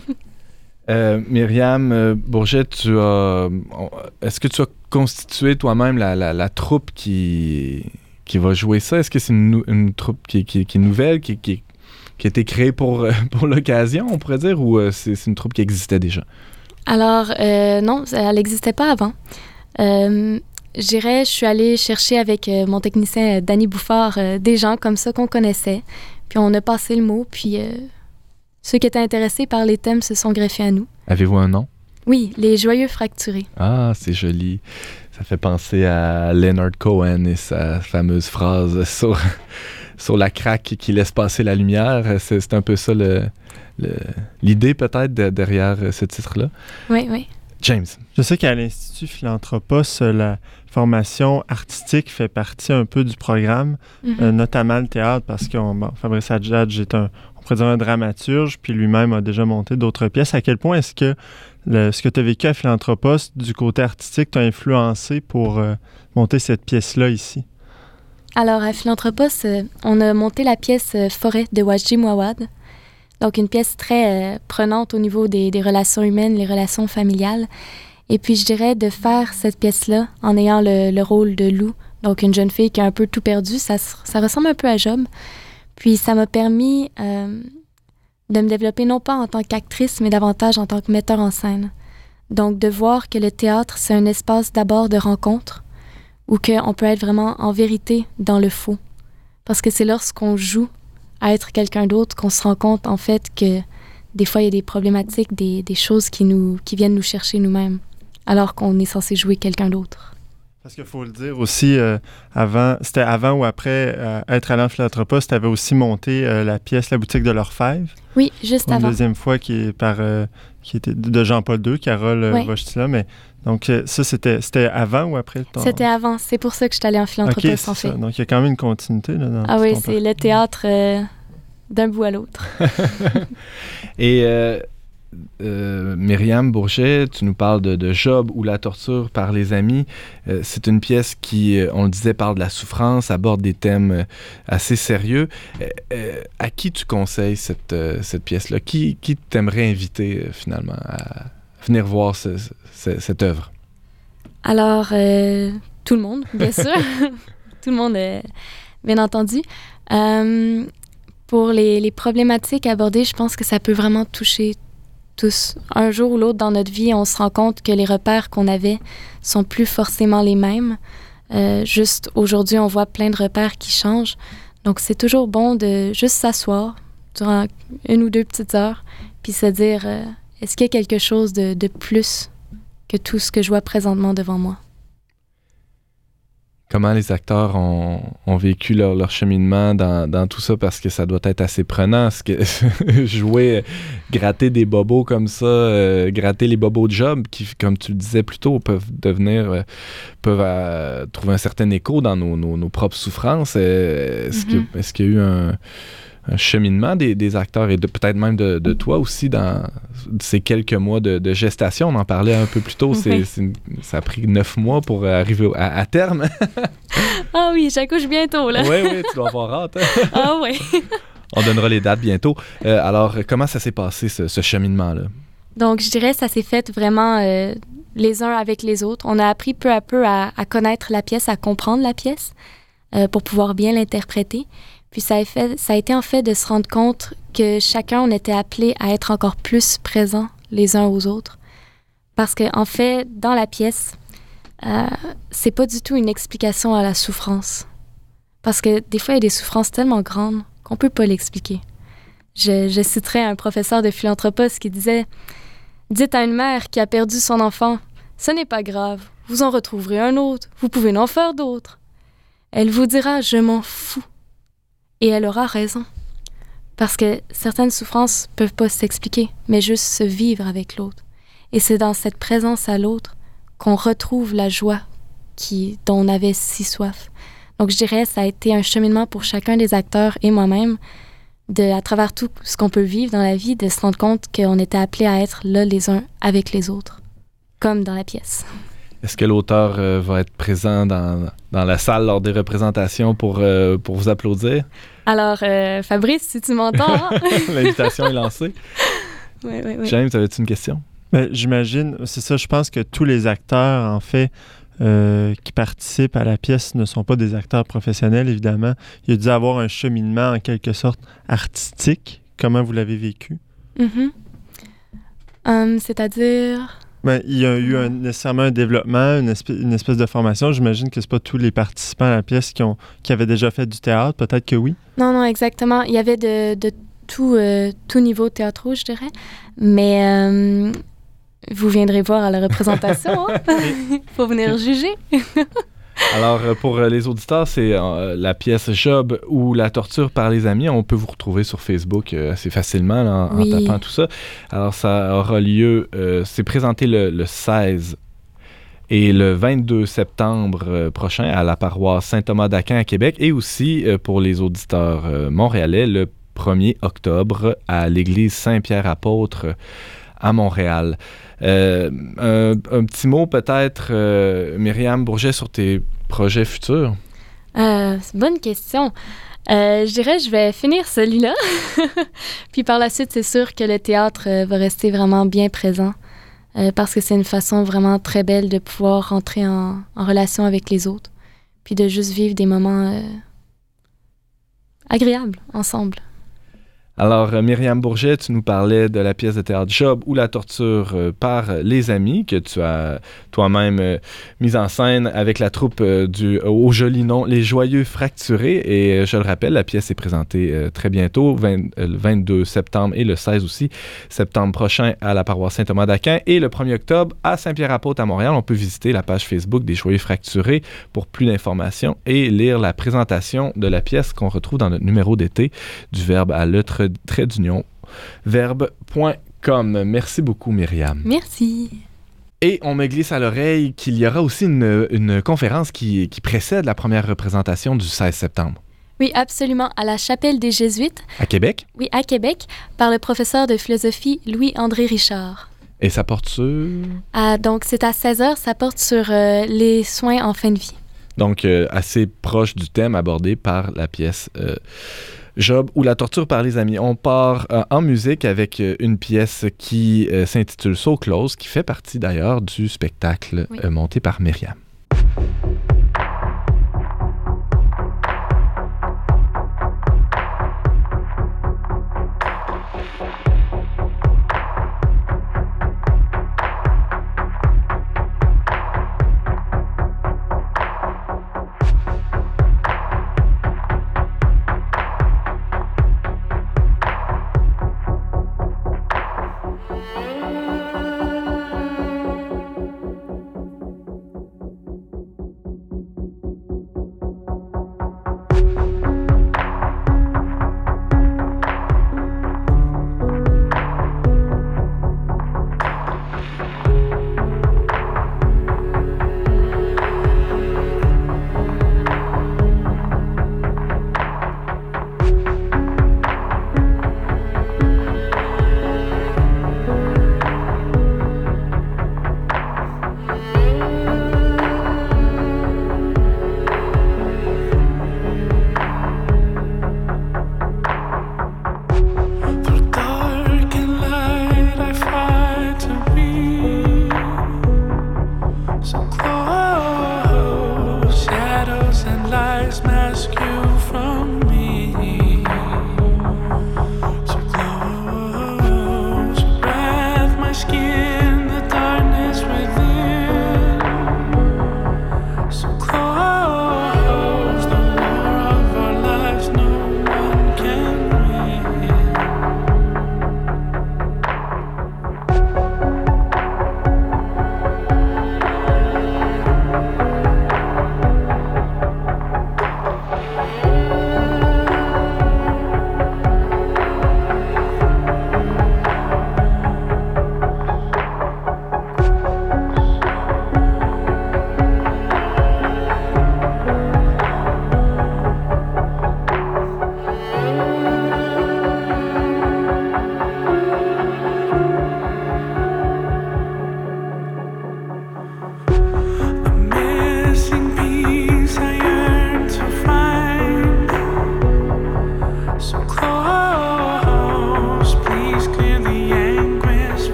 Euh, Myriam euh, Bourget, tu as, on- est-ce que tu as constitué toi-même la, la, la troupe qui, qui va jouer ça? Est-ce que c'est une, nou- une troupe qui, qui, qui est nouvelle, qui, qui, qui a été créée pour, euh, pour l'occasion, on pourrait dire, ou euh, c'est, c'est une troupe qui existait déjà? Alors, euh, non, elle n'existait pas avant. Euh, je dirais, je suis allée chercher avec euh, mon technicien euh, Danny Bouffard euh, des gens comme ça qu'on connaissait. Puis on a passé le mot, puis euh, ceux qui étaient intéressés par les thèmes se sont greffés à nous. Avez-vous un nom? Oui, les Joyeux Fracturés. Ah, c'est joli. Ça fait penser à Leonard Cohen et sa fameuse phrase sur, sur la craque qui laisse passer la lumière. C'est, c'est un peu ça le, le- l'idée peut-être de- derrière ce titre-là. Oui, oui. James. Je sais qu'à l'Institut Philanthropos, euh, la formation artistique fait partie un peu du programme, Mhm. euh, notamment le théâtre, parce que bon, Fabrice Adjadj est un, on pourrait dire un dramaturge, puis lui-même a déjà monté d'autres pièces. À quel point est-ce que le- ce que tu as vécu à Philanthropos, du côté artistique, t'a influencé pour euh, monter cette pièce-là ici? Alors, à Philanthropos, euh, on a monté la pièce euh, Forêt de Wajdi Mouawad. Donc, une pièce très euh, prenante au niveau des, des relations humaines, les relations familiales. Et puis, je dirais de faire cette pièce-là en ayant le, le rôle de Lou, donc une jeune fille qui a un peu tout perdu. Ça, s- ça ressemble un peu à Job. Puis, ça m'a permis euh, de me développer non pas en tant qu'actrice, mais davantage en tant que metteur en scène. Donc, de voir que le théâtre, c'est un espace d'abord de rencontre, où qu'on peut être vraiment en vérité dans le faux. Parce que c'est lorsqu'on joue à être quelqu'un d'autre qu'on se rend compte en fait que des fois il y a des problématiques, des, des choses qui, nous, qui viennent nous chercher nous-mêmes, alors qu'on est censé jouer quelqu'un d'autre. Parce qu'il faut le dire aussi, euh, avant, c'était avant ou après euh, être allé en Philanthropos, tu avais aussi monté euh, la pièce La boutique de l'Orfèvre, Oui, juste une avant. deuxième fois qui est par euh, qui était de Jean-Paul deux, Carole euh, Oui. Wojtyla, mais donc euh, ça c'était c'était avant ou après le temps? C'était avant, c'est pour ça que je suis allée en Philanthropos Ok, en c'est fait. ça. Donc il y a quand même une continuité là, dans Ah tout oui, ton c'est le théâtre euh, d'un bout à l'autre. Et euh, euh, Myriam Bourget, tu nous parles de, de Job ou la torture par les amis. Euh, c'est une pièce qui, euh, on le disait, parle de la souffrance, aborde des thèmes euh, assez sérieux. Euh, euh, à qui tu conseilles cette, euh, cette pièce-là? Qui, qui t'aimerais inviter euh, finalement à venir voir ce- ce- cette œuvre? Alors, euh, tout le monde, bien sûr. Tout le monde, euh, bien entendu. Euh, pour les, les problématiques abordées, je pense que ça peut vraiment toucher tous. Un jour ou l'autre dans notre vie, on se rend compte que les repères qu'on avait sont plus forcément les mêmes. Euh, juste aujourd'hui, on voit plein de repères qui changent. Donc, c'est toujours bon de juste s'asseoir durant une ou deux petites heures, puis se dire, euh, est-ce qu'il y a quelque chose de, de plus que tout ce que je vois présentement devant moi? Comment les acteurs ont, ont vécu leur, leur cheminement dans, dans tout ça, parce que ça doit être assez prenant. Ce que, jouer, gratter des bobos comme ça, euh, gratter les bobos de Job, qui, comme tu le disais plus tôt, peuvent devenir, euh, peuvent euh, trouver un certain écho dans nos, nos, nos propres souffrances. Euh, est-ce, Mm-hmm. que, est-ce qu'il y a eu un, un cheminement des, des acteurs et de, peut-être même de, de toi aussi dans ces quelques mois de, de gestation. On en parlait un peu plus tôt. C'est, Oui. c'est une, ça a pris neuf mois pour arriver au, à, à terme. Ah oui, j'accouche bientôt, là. Oui, oui, tu dois avoir hâte. Hein? Ah oui. On donnera les dates bientôt. Euh, alors, comment ça s'est passé, ce, ce cheminement-là? Donc, je dirais que ça s'est fait vraiment euh, les uns avec les autres. On a appris peu à peu à, à connaître la pièce, à comprendre la pièce euh, pour pouvoir bien l'interpréter. Puis ça a, fait, ça a été en fait de se rendre compte que chacun, on était appelé à être encore plus présents les uns aux autres. Parce qu'en en fait, dans la pièce, euh, c'est pas du tout une explication à la souffrance. Parce que des fois, il y a des souffrances tellement grandes qu'on peut pas l'expliquer. Je, je citerai un professeur de Philanthropos qui disait « Dites à une mère qui a perdu son enfant, ce n'est pas grave, vous en retrouverez un autre, vous pouvez en faire d'autres. Elle vous dira « Je m'en fous ». Et elle aura raison. Parce que certaines souffrances peuvent pas s'expliquer, mais juste se vivre avec l'autre. Et c'est dans cette présence à l'autre qu'on retrouve la joie qui, dont on avait si soif. Donc je dirais ça a été un cheminement pour chacun des acteurs et moi-même, de, à travers tout ce qu'on peut vivre dans la vie, de se rendre compte qu'on était appelés à être là les uns avec les autres, comme dans la pièce. Est-ce que l'auteur euh, va être présent dans, dans la salle lors des représentations pour, euh, pour vous applaudir? Alors, euh, Fabrice, si tu m'entends... hein? L'invitation est lancée. Oui, oui, oui. James, avais-tu une question? Ben, j'imagine, c'est ça, je pense que tous les acteurs, en fait, euh, qui participent à la pièce ne sont pas des acteurs professionnels, évidemment. Il y a dû avoir un cheminement, en quelque sorte, artistique. Comment vous l'avez vécu? Mm-hmm. Um, c'est-à-dire... Ben, il y a eu un, nécessairement un développement, une espèce, une espèce de formation. J'imagine que c'est pas tous les participants à la pièce qui, ont, qui avaient déjà fait du théâtre. Peut-être que oui. Non, non, exactement. Il y avait de, de tout, euh, tout niveau théâtral, je dirais. Mais euh, vous viendrez voir à la représentation. Il hein? faut venir juger. Alors, pour les auditeurs, c'est euh, la pièce Job ou La torture par les amis. On peut vous retrouver sur Facebook euh, assez facilement là, en, oui. en tapant tout ça. Alors, ça aura lieu, euh, c'est présenté le, le seize et le vingt-deux septembre euh, prochain à la paroisse Saint-Thomas d'Aquin à Québec, et aussi euh, pour les auditeurs euh, montréalais, le premier octobre à l'église Saint-Pierre-Apôtre à Montréal. Euh, un, un petit mot peut-être, euh, Myriam Bourget, sur tes projets futurs? Euh, c'est une bonne question. Euh, je dirais je vais finir celui-là. Puis par la suite, c'est sûr que le théâtre euh, va rester vraiment bien présent euh, parce que c'est une façon vraiment très belle de pouvoir rentrer en, en relation avec les autres puis de juste vivre des moments euh, agréables ensemble. Alors, euh, Myriam Bourget, tu nous parlais de la pièce de théâtre Job ou La torture euh, par les amis que tu as toi-même euh, mise en scène avec la troupe euh, du, euh, au joli nom Les Joyeux Fracturés. Et euh, je le rappelle, la pièce est présentée euh, très bientôt, vingt, euh, le vingt-deux septembre et le seize aussi septembre prochain à la paroisse Saint-Thomas d'Aquin et le premier octobre à Saint-Pierre-Apôtre à Montréal. On peut visiter la page Facebook des Joyeux Fracturés pour plus d'informations et lire la présentation de la pièce qu'on retrouve dans notre numéro d'été du Verbe à l'autre trait d'union, verbe point com. Merci beaucoup, Myriam. Merci. Et on me glisse à l'oreille qu'il y aura aussi une, une conférence qui, qui précède la première représentation du seize septembre. Oui, absolument, à la Chapelle des Jésuites. À Québec? Oui, à Québec, par le professeur de philosophie Louis-André Richard. Et ça porte sur? Ah, donc, c'est à seize heures, ça porte sur euh, les soins en fin de vie. Donc, euh, assez proche du thème abordé par la pièce euh, Job ou La torture par les amis. On part euh, en musique avec euh, une pièce qui euh, s'intitule So Close, qui fait partie d'ailleurs du spectacle oui. euh, monté par Myriam.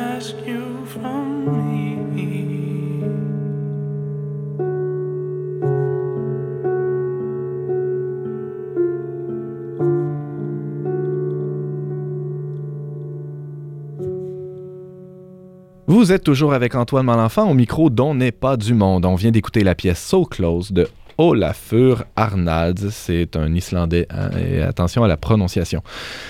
rescue from me. Vous êtes toujours avec Antoine Malenfant au micro d'On n'est pas du monde. On vient d'écouter la pièce So Close de Olafur Arnalds. C'est un Islandais, hein, et attention à la prononciation.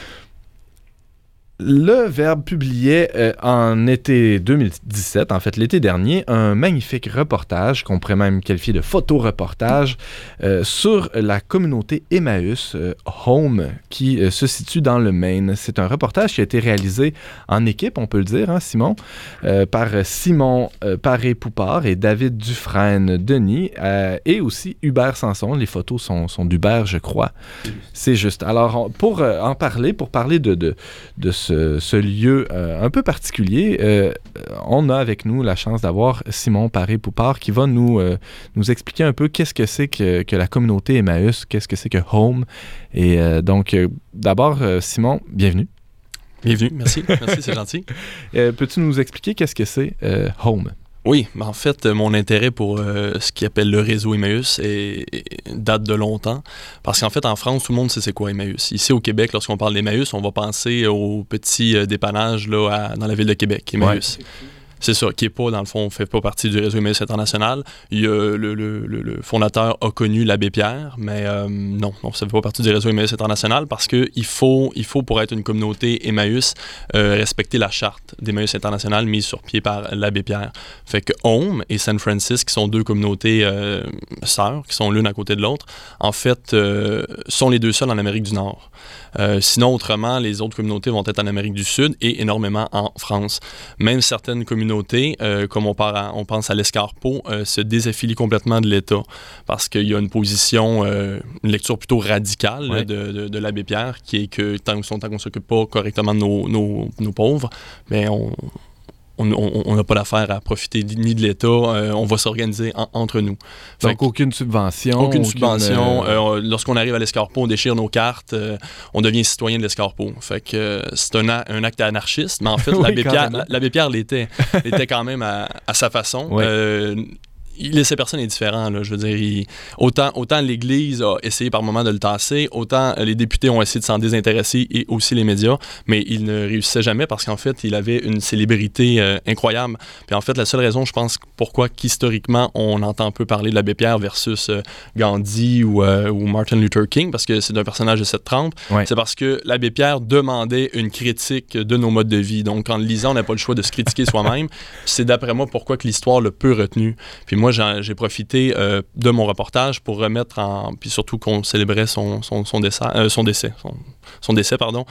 Le Verbe publiait euh, en été deux mille dix-sept, en fait l'été dernier, un magnifique reportage qu'on pourrait même qualifier de photoreportage euh, sur la communauté Emmaüs euh, Home qui euh, se situe dans le Maine. C'est un reportage qui a été réalisé en équipe, on peut le dire, hein, Simon, euh, par Simon euh, Paré-Poupard et David Dufresne-Denis euh, et aussi Hubert Sanson. Les photos sont, sont d'Hubert, je crois. C'est juste. Alors, on, pour euh, en parler, pour parler de, de, de ce Ce, ce lieu euh, un peu particulier, euh, on a avec nous la chance d'avoir Simon Paré-Poupard qui va nous, euh, nous expliquer un peu qu'est-ce que c'est que, que la communauté Emmaüs, qu'est-ce que c'est que Home. Et euh, donc, euh, d'abord, euh, Simon, bienvenue. Bienvenue, merci, merci, c'est gentil. Euh, peux-tu nous expliquer qu'est-ce que c'est euh, Home? Oui, mais en fait, mon intérêt pour euh, ce qu'ils appelle le réseau Emmaüs est, est, date de longtemps. Parce qu'en fait, en France, tout le monde sait c'est quoi Emmaüs. Ici, au Québec, lorsqu'on parle d'Emmaüs, on va penser au petit euh, dépannage là, à, dans la ville de Québec, Emmaüs. Ouais. C'est ça, qui est pas, dans le fond, fait pas partie du réseau Emmaüs international. Il y a le, le, le, le fondateur a connu l'abbé Pierre, mais euh, non, non, ça fait pas partie du réseau Emmaüs international parce qu'il faut, il faut, pour être une communauté Emmaüs, euh, respecter la charte d'Emmaüs international mise sur pied par l'abbé Pierre. Fait que Home et Saint Francis, qui sont deux communautés euh, sœurs, qui sont l'une à côté de l'autre, en fait, euh, sont les deux seules en Amérique du Nord. Euh, sinon, autrement, les autres communautés vont être en Amérique du Sud et énormément en France. Même certaines communautés Euh, comme on, part à, on pense à l'Escarpot, euh, se désaffilient complètement de l'État parce qu'il y a une position, euh, une lecture plutôt radicale ouais. là, de, de, de l'abbé Pierre qui est que tant, tant qu'on ne s'occupe pas correctement de nos, nos, nos pauvres, mais on on n'a pas l'affaire à profiter ni de l'État, euh, on va s'organiser en, entre nous. Fait Donc aucune subvention? Aucune, aucune subvention. Euh... Euh, lorsqu'on arrive à l'Escarpot, on déchire nos cartes, euh, on devient citoyen de l'Escarpot. Fait que euh, c'est un, a, un acte anarchiste, mais en fait, oui, l'abbé, Pierre, l'abbé Pierre l'était. l'était quand même à, à sa façon. Oui. Euh, Il laissait personne indifférent, là, je veux dire. Il, autant, autant l'Église a essayé par moments de le tasser, autant les députés ont essayé de s'en désintéresser et aussi les médias, mais il ne réussissait jamais parce qu'en fait, il avait une célébrité euh, incroyable. Puis en fait, la seule raison, je pense, pourquoi qu'historiquement, on entend peu parler de l'abbé Pierre versus euh, Gandhi ou, euh, ou Martin Luther King, parce que c'est un personnage de cette trempe, ouais. c'est parce que l'abbé Pierre demandait une critique de nos modes de vie. Donc, en le lisant, on n'a pas le choix de se critiquer soi-même. C'est d'après moi pourquoi que l'histoire l'a peu retenu. Puis moi, J'ai, j'ai profité euh, de mon reportage pour remettre en... Puis surtout qu'on célébrait son, son, son, décès, euh, son décès. Son, son décès, pardon.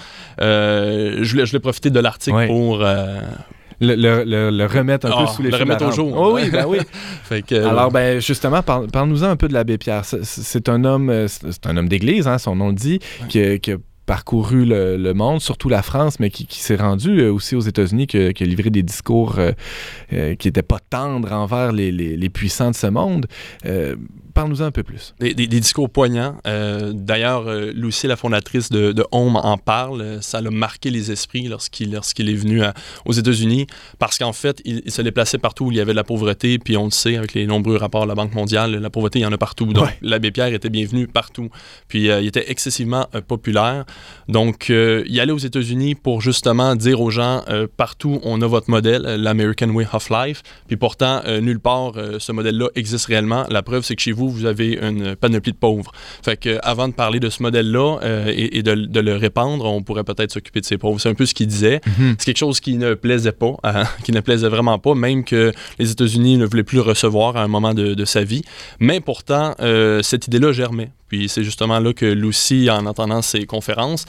Euh, je, voulais, je voulais profiter de l'article ouais. pour... Euh, le, le, le, le remettre un oh, peu sous les le remettre au jour. Oh, oui, ben oui. Fait que, Alors, ben justement, parle, parle-nous-en un peu de l'abbé Pierre. C'est, c'est un homme c'est un homme d'église, hein, son nom le dit, ouais. qui, qui a parcouru le, le monde, surtout la France, mais qui, qui s'est rendu euh, aussi aux États-Unis, qui, qui a livré des discours euh, euh, qui n'étaient pas tendres envers les, les, les puissants de ce monde. Euh, Parle-nous-en un peu plus. Des, des, des discours poignants. Euh, d'ailleurs, euh, Lucie, la fondatrice de, de Home, en parle. Ça l'a marqué les esprits lorsqu'il, lorsqu'il est venu à, aux États-Unis, parce qu'en fait, il, il se déplaçait partout où il y avait de la pauvreté, puis on le sait, avec les nombreux rapports de la Banque mondiale, la pauvreté, il y en a partout. Donc, ouais. l'abbé Pierre était bienvenu partout. Puis, euh, il était excessivement euh, populaire. Donc, euh, il allait aux États-Unis pour justement dire aux gens, euh, partout, on a votre modèle, l'American Way of Life, puis pourtant, euh, nulle part, euh, ce modèle-là existe réellement. La preuve, c'est que chez vous, vous avez une panoplie de pauvres. Fait que avant de parler de ce modèle-là euh, et, et de, de le répandre, on pourrait peut-être s'occuper de ces pauvres. C'est un peu ce qu'il disait. Mm-hmm. C'est quelque chose qui ne plaisait pas, euh, qui ne plaisait vraiment pas, même que les États-Unis ne voulaient plus le recevoir à un moment de, de sa vie. Mais pourtant, euh, cette idée-là germait. Puis c'est justement là que Lucie, en entendant ses conférences,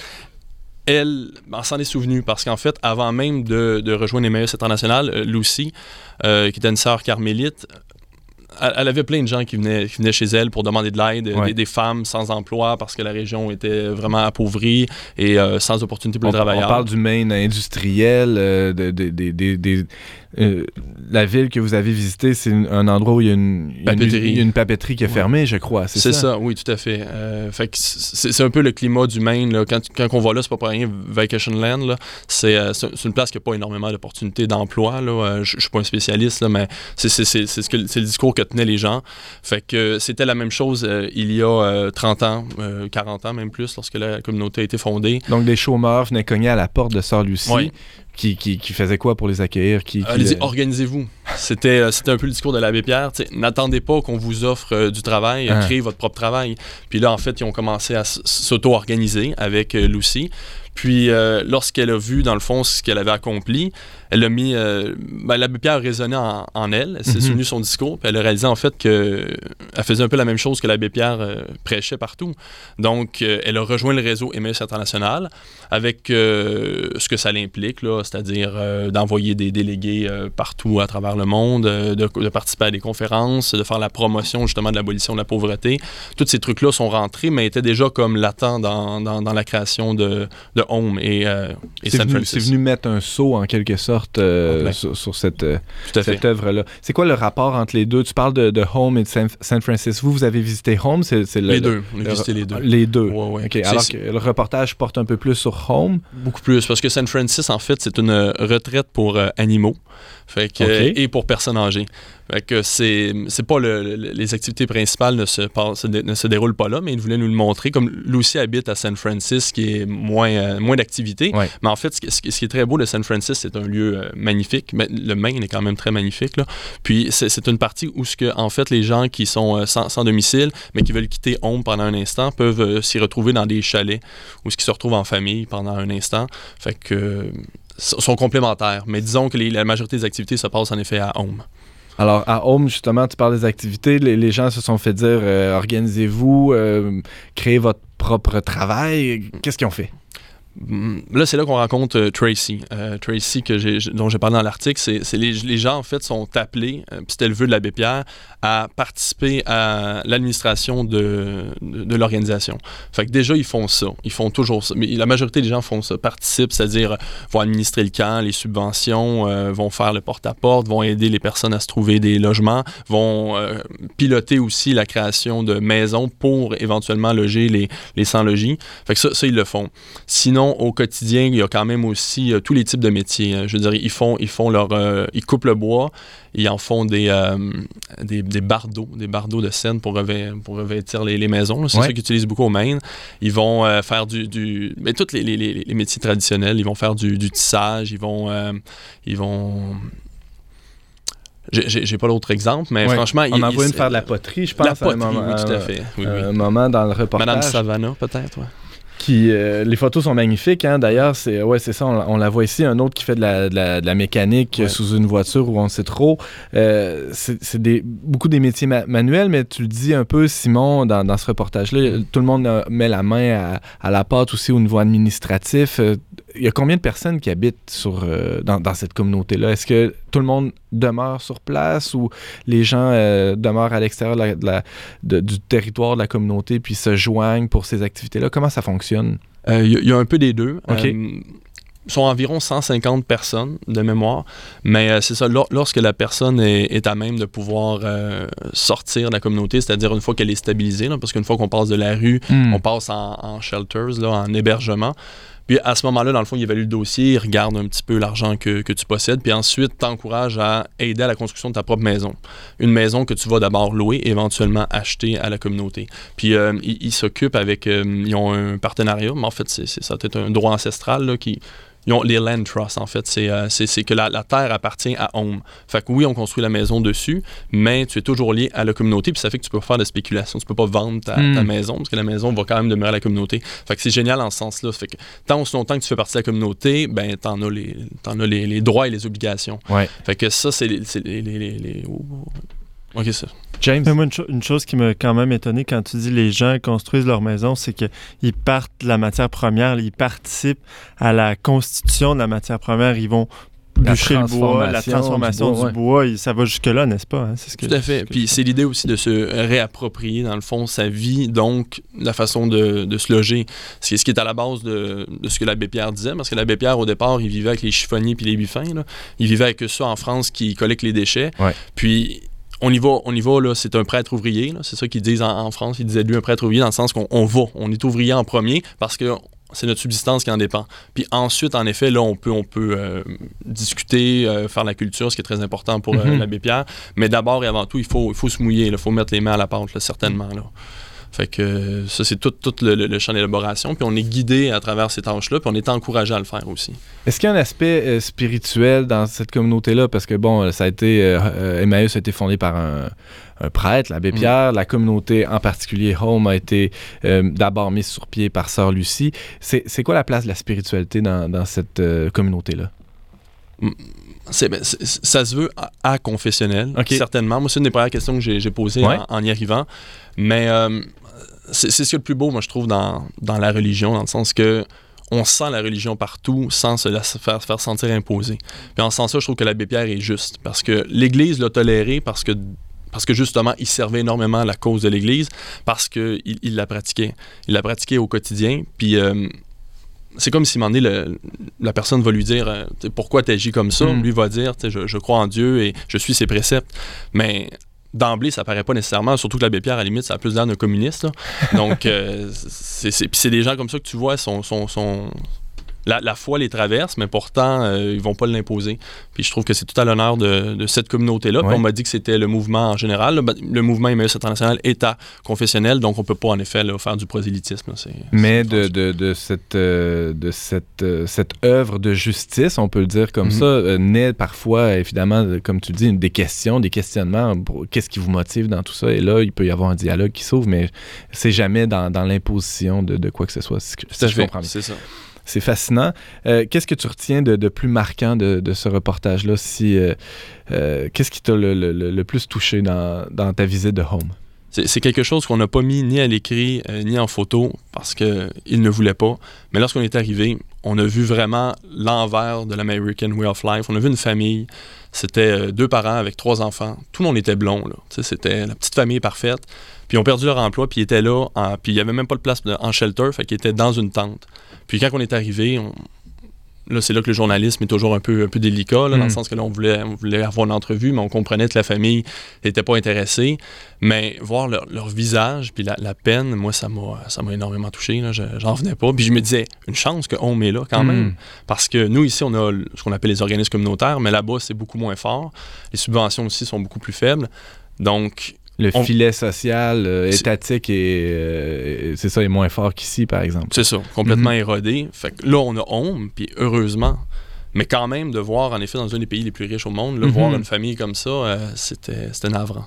elle ben, s'en est souvenue parce qu'en fait, avant même de, de rejoindre Emmaüs International, euh, Lucie, euh, qui était une sœur carmélite, elle avait plein de gens qui venaient, qui venaient chez elle pour demander de l'aide, ouais. des, des femmes sans emploi parce que la région était vraiment appauvrie et euh, sans opportunité pour on, les travailleurs. On parle du Maine industriel, euh, de, de, de, de, de, euh, la ville que vous avez visitée, c'est une, un endroit où il y a une, il y a une, il y a une papeterie qui est fermée, ouais. je crois. C'est, c'est ça? ça, oui, tout à fait. Euh, fait que c'est, c'est un peu le climat du Maine. Là. Quand, quand on va là, c'est pas pour rien Vacation Land. Là. C'est, euh, c'est une place qui n'a pas énormément d'opportunités d'emploi. Là. Euh, je ne suis pas un spécialiste, là, mais c'est, c'est, c'est, c'est, ce que, c'est le discours que tenaient les gens. Fait que euh, c'était la même chose euh, il y a euh, trente ans, euh, quarante ans même plus, lorsque la communauté a été fondée. Donc des chômeurs venaient cogner à la porte de Sœur-Lucie. Oui. Qui, qui, qui faisait quoi pour les accueillir? Qui, qui Allez-y, le... organisez-vous. C'était, euh, c'était un peu le discours de l'abbé Pierre. T'sais, n'attendez pas qu'on vous offre euh, du travail, ah. créez votre propre travail. Puis là, en fait, ils ont commencé à s- s'auto-organiser avec euh, Lucie. Puis, euh, lorsqu'elle a vu, dans le fond, ce qu'elle avait accompli, elle a mis... Euh, ben, l'abbé Pierre résonnait en, en elle. Elle s'est mm-hmm. souvenue son discours. Puis elle a réalisé, en fait, qu'elle faisait un peu la même chose que l'abbé Pierre euh, prêchait partout. Donc, euh, elle a rejoint le réseau Emmaüs International avec euh, ce que ça l'implique, là, c'est-à-dire euh, d'envoyer des délégués euh, partout à travers le monde, euh, de, de participer à des conférences, de faire la promotion, justement, de l'abolition de la pauvreté. Tous ces trucs-là sont rentrés, mais étaient déjà comme latents dans, dans, dans la création de... de Home et, euh, et c'est San venu, Francisco. C'est venu mettre un saut, en quelque sorte, euh, sur, sur cette, euh, cette œuvre-là. C'est quoi le rapport entre les deux? Tu parles de, de Home et de San, San Francisco. Vous, vous avez visité Home? C'est, c'est le, les deux. On a le, visité les deux. Les deux. Ouais, ouais. Okay. Alors que le reportage porte un peu plus sur Home? Beaucoup plus, parce que San Francisco, en fait, c'est une retraite pour euh, animaux fait que, okay. et pour personnes âgées. Fait que c'est, c'est pas le, le, les activités principales ne se, passe, ne se déroulent pas là, mais il voulait nous le montrer. Comme Lucie habite à San Francisco, qui est moins, euh, moins d'activités. Ouais. Mais en fait, ce qui, ce qui est très beau de San Francisco, c'est un lieu euh, magnifique. Mais le Maine est quand même très magnifique. Là. Puis c'est, c'est une partie où ce que, en fait, les gens qui sont euh, sans, sans domicile, mais qui veulent quitter Home pendant un instant, peuvent euh, s'y retrouver dans des chalets où ils se retrouvent en famille pendant un instant. Fait que euh, sont complémentaires. Mais disons que les, la majorité des activités se passent en effet à Home. Alors, à Home, justement, tu parles des activités. Les, les gens se sont fait dire euh, organisez-vous, euh, créez votre propre travail. Qu'est-ce qu'ils ont fait? Là, c'est là qu'on rencontre euh, Tracy. Euh, Tracy, que j'ai, dont j'ai parlé dans l'article, c'est, c'est les, les gens, en fait, sont appelés, euh, puis c'était le vœu de l'abbé Pierre, à participer à l'administration de, de, de l'organisation. Fait que déjà, ils font ça. Ils font toujours ça. Mais la majorité des gens font ça, participent, c'est-à-dire vont administrer le camp, les subventions, euh, vont faire le porte-à-porte, vont aider les personnes à se trouver des logements, vont euh, piloter aussi la création de maisons pour éventuellement loger les, les sans-logis. Fait que ça, ça, ils le font. Sinon, au quotidien, il y a quand même aussi euh, tous les types de métiers. Hein. Je veux dire, ils font, ils font leur, euh, ils coupent le bois, ils en font des, euh, des, des bardeaux, des bardeaux de scène pour, revêt, pour revêtir les, les maisons. Là. C'est ouais. ça qu'ils utilisent beaucoup au Maine. Ils vont euh, faire du, du, mais tous les, les, les, les métiers traditionnels. Ils vont faire du, du tissage. Ils vont, euh, ils vont. J'ai, j'ai, j'ai pas l'autre exemple, mais ouais. franchement... On il, a envoyé il, faire de la poterie, je pense. La poterie, à un moment, oui, tout à fait. Oui, un oui. moment dans le reportage. Madame Savannah, peut-être, oui. Qui, euh, les photos sont magnifiques, hein? D'ailleurs, c'est, ouais, c'est ça, on, on la voit ici. Un autre qui fait de la, de la, de la mécanique ouais. sous une voiture où on sait trop. Euh, c'est c'est des, beaucoup des métiers ma- manuels, mais tu le dis un peu, Simon, dans, dans ce reportage-là, mm. tout le monde euh, met la main à, à la pâte aussi au niveau administratif. Euh, il y a combien de personnes qui habitent sur, euh, dans, dans cette communauté-là? Est-ce que tout le monde demeure sur place ou les gens euh, demeurent à l'extérieur de la, de la, de, du territoire de la communauté puis se joignent pour ces activités-là? Comment ça fonctionne? Il euh, y, y a un peu des deux. Okay. Euh, sont environ cent cinquante personnes de mémoire, mais euh, c'est ça, lor- lorsque la personne est, est à même de pouvoir euh, sortir de la communauté, c'est-à-dire une fois qu'elle est stabilisée, là, parce qu'une fois qu'on passe de la rue, mm. on passe en, en shelters, là, en hébergement. Puis à ce moment-là, dans le fond, il évalue le dossier, il regarde un petit peu l'argent que, que tu possèdes, puis ensuite t'encourage à aider à la construction de ta propre maison. Une maison que tu vas d'abord louer et éventuellement acheter à la communauté. Puis euh, ils, ils s'occupent avec... Euh, ils ont un partenariat, mais en fait, c'est, c'est ça peut-être un droit ancestral là, qui... Ils ont les land trusts, en fait. C'est, euh, c'est, c'est que la, la terre appartient à Home. Fait que oui, on construit la maison dessus, mais tu es toujours lié à la communauté, puis ça fait que tu peux faire de spéculation. Tu peux pas vendre ta, mm. ta maison, parce que la maison va quand même demeurer à la communauté. Fait que c'est génial en ce sens-là. Fait que tant aussi longtemps que tu fais partie de la communauté, ben t'en as les, t'en as les, les droits et les obligations. Ouais. Fait que ça, c'est les... C'est les, les, les, les... OK, ça. James? Mais moi, une, cho- une chose qui m'a quand même étonné quand tu dis les gens construisent leur maison, c'est qu'ils partent de la matière première, ils participent à la constitution de la matière première, ils vont bûcher le bois, la transformation du bois, du bois il, ça va jusque-là, n'est-ce pas? Hein? C'est ce que, Tout à fait. Puis c'est l'idée aussi de se réapproprier, dans le fond, sa vie, donc la façon de, de se loger. C'est ce qui est à la base de, de ce que l'abbé Pierre disait, parce que l'abbé Pierre, au départ, il vivait avec les chiffonniers puis les buffins. Là. Il vivait avec ça en France qui collectent les déchets. Ouais. Puis on y va, on y va là, c'est un prêtre ouvrier. Là. C'est ça qu'ils disent en, en France. Ils disaient lui un prêtre ouvrier dans le sens qu'on on va. On est ouvrier en premier parce que c'est notre subsistance qui en dépend. Puis ensuite, en effet, là, on peut, on peut euh, discuter, euh, faire la culture, ce qui est très important pour euh, mm-hmm. l'abbé Pierre. Mais d'abord et avant tout, il faut, il faut se mouiller. Il faut mettre les mains à la pâte, là, certainement. Là. Fait que euh, ça, c'est tout, tout le, le, le champ d'élaboration. Puis on est guidé à travers ces tâches-là, puis on est encouragé à le faire aussi. Est-ce qu'il y a un aspect euh, spirituel dans cette communauté-là? Parce que, bon, ça a été... Euh, Emmaüs a été fondé par un... un prêtre, l'abbé Pierre. Mm. La communauté, en particulier Home, a été euh, d'abord mise sur pied par Sœur Lucie. C'est, c'est quoi la place de la spiritualité dans, dans cette euh, communauté-là? C'est, ben, c'est, ça se veut à, à confessionnel, okay. certainement. Moi, c'est une des premières questions que j'ai, j'ai posées ouais. en, en y arrivant. Mais euh, c'est, c'est ce qui est le plus beau, moi, je trouve, dans, dans la religion, dans le sens que on sent la religion partout sans se la faire, faire sentir imposer. Puis en ce sens-là, je trouve que l'abbé Pierre est juste. Parce que l'Église l'a toléré parce que Parce que justement, il servait énormément à la cause de l'Église, parce qu'il il la pratiquait. Il la pratiquait au quotidien. Puis euh, c'est comme si, à un moment donné, le, la personne va lui dire euh, « Pourquoi tu agis comme ça? Mm. » Lui va dire je, « Je crois en Dieu et je suis ses préceptes. » Mais d'emblée, ça paraît pas nécessairement, surtout que l'abbé Pierre, à la limite, ça a plus l'air d'un communiste. Là. Donc, euh, c'est, c'est, puis c'est des gens comme ça que tu vois, sont... sont, sont La, la foi les traverse, mais pourtant, euh, ils vont pas l'imposer. Puis je trouve que c'est tout à l'honneur de, de cette communauté-là. Ouais. Puis on m'a dit que c'était le mouvement en général. Le, le mouvement Emmaüs International est à confessionnel, donc on peut pas, en effet, là, faire du prosélytisme. Là. C'est, mais c'est de, de, de, cette, euh, de cette, euh, cette œuvre de justice, on peut le dire comme mm-hmm. ça, euh, naît parfois, évidemment, comme tu dis, des questions, des questionnements. Qu'est-ce qui vous motive dans tout ça? Et là, il peut y avoir un dialogue qui s'ouvre, mais c'est jamais dans, dans l'imposition de, de quoi que ce soit. Si, si je comprends bien. C'est ça. C'est fascinant. Euh, qu'est-ce que tu retiens de, de plus marquant de, de ce reportage-là? Si, euh, euh, qu'est-ce qui t'a le, le, le plus touché dans, dans ta visite de Home? C'est, c'est quelque chose qu'on n'a pas mis ni à l'écrit euh, ni en photo parce qu'il ne voulait pas. Mais lorsqu'on est arrivé, on a vu vraiment l'envers de l'American Way of Life. On a vu une famille. C'était euh, deux parents avec trois enfants. Tout le monde était blond. Là. C'était la petite famille parfaite. Puis ils ont perdu leur emploi, puis ils étaient là. En, puis il n'y avait même pas de place de, en shelter, fait qu'ils étaient dans une tente. Puis quand on est arrivé, on, là, c'est là que le journalisme est toujours un peu, un peu délicat, là, mm. dans le sens que là, on voulait, on voulait avoir une entrevue, mais on comprenait que la famille n'était pas intéressée. Mais voir leur, leur visage, puis la, la peine, moi, ça m'a, ça m'a énormément touché. Là, je, j'en revenais pas. Puis je me disais, une chance que Home est là quand mm. même. Parce que nous, ici, on a ce qu'on appelle les organismes communautaires, mais là-bas, c'est beaucoup moins fort. Les subventions aussi sont beaucoup plus faibles. Donc... Le on... filet social, euh, étatique, et, euh, c'est ça, est moins fort qu'ici, par exemple. C'est ça, complètement mm-hmm. érodé. Fait que là, on a Home, puis heureusement. Mais quand même, de voir, en effet, dans un des pays les plus riches au monde, là, mm-hmm. voir une famille comme ça, euh, c'était, c'était navrant.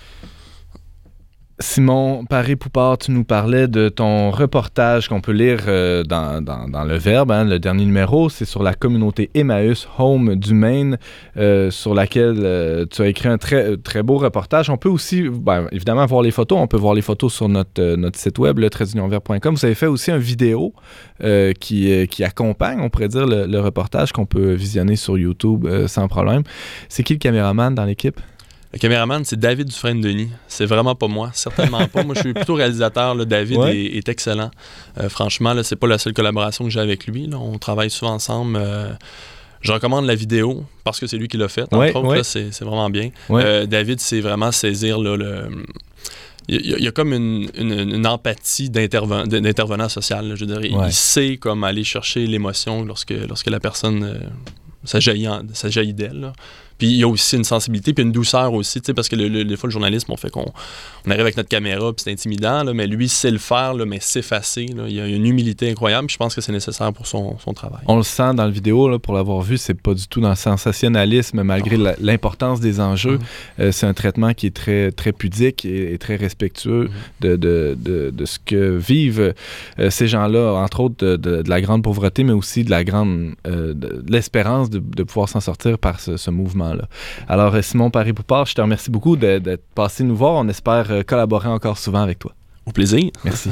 Simon Paré-Poupard, tu nous parlais de ton reportage qu'on peut lire euh, dans, dans, dans Le Verbe, hein, le dernier numéro. C'est sur la communauté Emmaüs Home du Maine, euh, sur laquelle euh, tu as écrit un très, très beau reportage. On peut aussi, ben, évidemment, voir les photos. On peut voir les photos sur notre, euh, notre site web, le trait d'union vert point com. Vous avez fait aussi une vidéo euh, qui, euh, qui accompagne, on pourrait dire, le, le reportage qu'on peut visionner sur YouTube euh, sans problème. C'est qui le caméraman dans l'équipe? Le caméraman, c'est David Dufresne-Denis. C'est vraiment pas moi, certainement pas. Moi, je suis plutôt réalisateur. Là. David ouais. est, est excellent. Euh, franchement, là, c'est pas la seule collaboration que j'ai avec lui. Là. On travaille souvent ensemble. Euh, je recommande la vidéo parce que c'est lui qui l'a faite. Entre ouais, autres, ouais. là, c'est, c'est vraiment bien. Ouais. Euh, David, c'est vraiment saisir là, le... Il y, a, il y a comme une, une, une empathie d'interven- d'intervenant social. Là, je dirais. Ouais. Il sait comme aller chercher l'émotion lorsque, lorsque la personne... Euh, ça jaillit, en, ça jaillit d'elle. Là. Puis il y a aussi une sensibilité, puis une douceur aussi, parce que le, le, des fois, le journalisme, on fait qu'on on arrive avec notre caméra, puis c'est intimidant, là, mais lui, sait le faire, là, mais s'effacer. Là. Il y a une humilité incroyable, puis je pense que c'est nécessaire pour son, son travail. On le sent dans la vidéo, là, pour l'avoir vu, c'est pas du tout dans le sensationnalisme, malgré oh. la, l'importance des enjeux. Mm-hmm. Euh, c'est un traitement qui est très, très pudique et, et très respectueux mm-hmm. de, de, de, de ce que vivent euh, ces gens-là, entre autres de, de, de la grande pauvreté, mais aussi de la grande euh, de, de l'espérance de, de pouvoir s'en sortir par ce, ce mouvement-là. Alors, Simon Paré-Poupard, je te remercie beaucoup de, d'être passé nous voir. On espère euh, collaborer encore souvent avec toi. Au plaisir. Merci.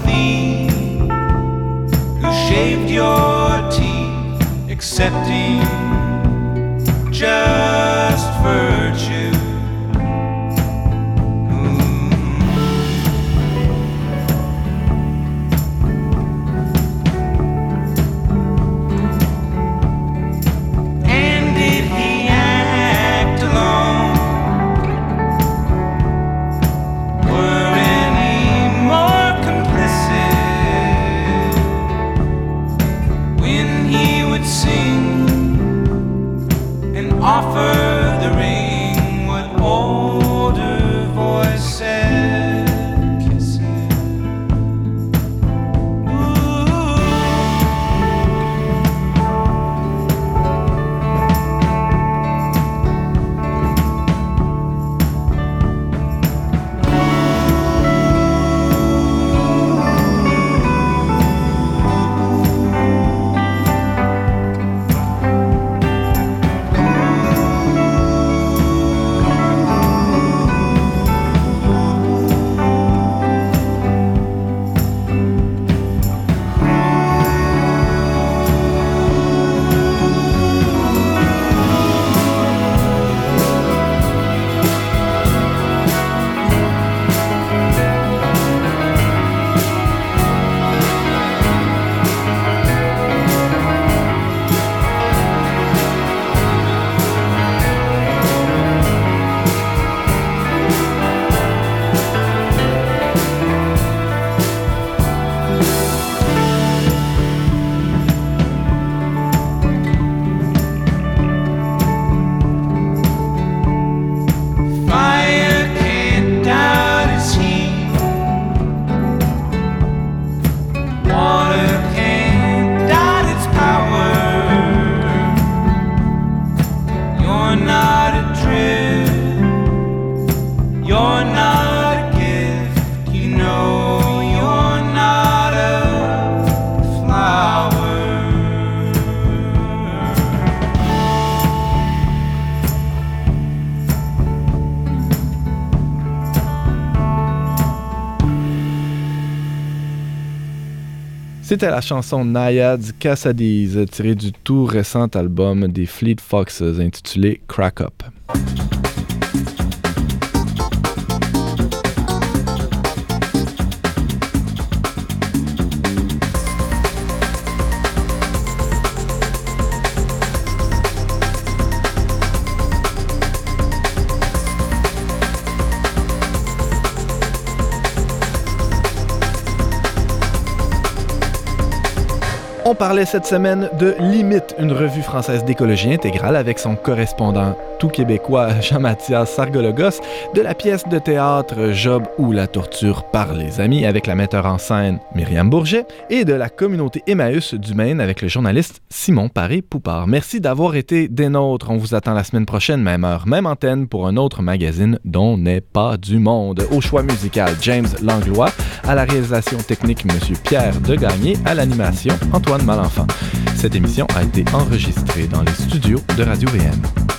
thief who shaved your teeth, accepting just virtue. Offer the ring, what older voice said, kiss it. C'était la chanson Naiads Cassadies, tirée du tout récent album des Fleet Foxes intitulé Crack Up. On parlait cette semaine de Limite, une revue française d'écologie intégrale avec son correspondant tout québécois Jean-Mathias Sargologos, de la pièce de théâtre Job ou la torture par les amis avec la metteur en scène Myriam Bourget et de la communauté Emmaüs du Maine avec le journaliste Simon Paré-Poupard. Merci d'avoir été des nôtres. On vous attend la semaine prochaine, même heure, même antenne pour un autre magazine dont n'est pas du monde. Au choix musical, James Langlois, à la réalisation technique, M. Pierre Degagné, à l'animation, Antoine Malenfant. Cette émission a été enregistrée dans les studios de Radio-V M.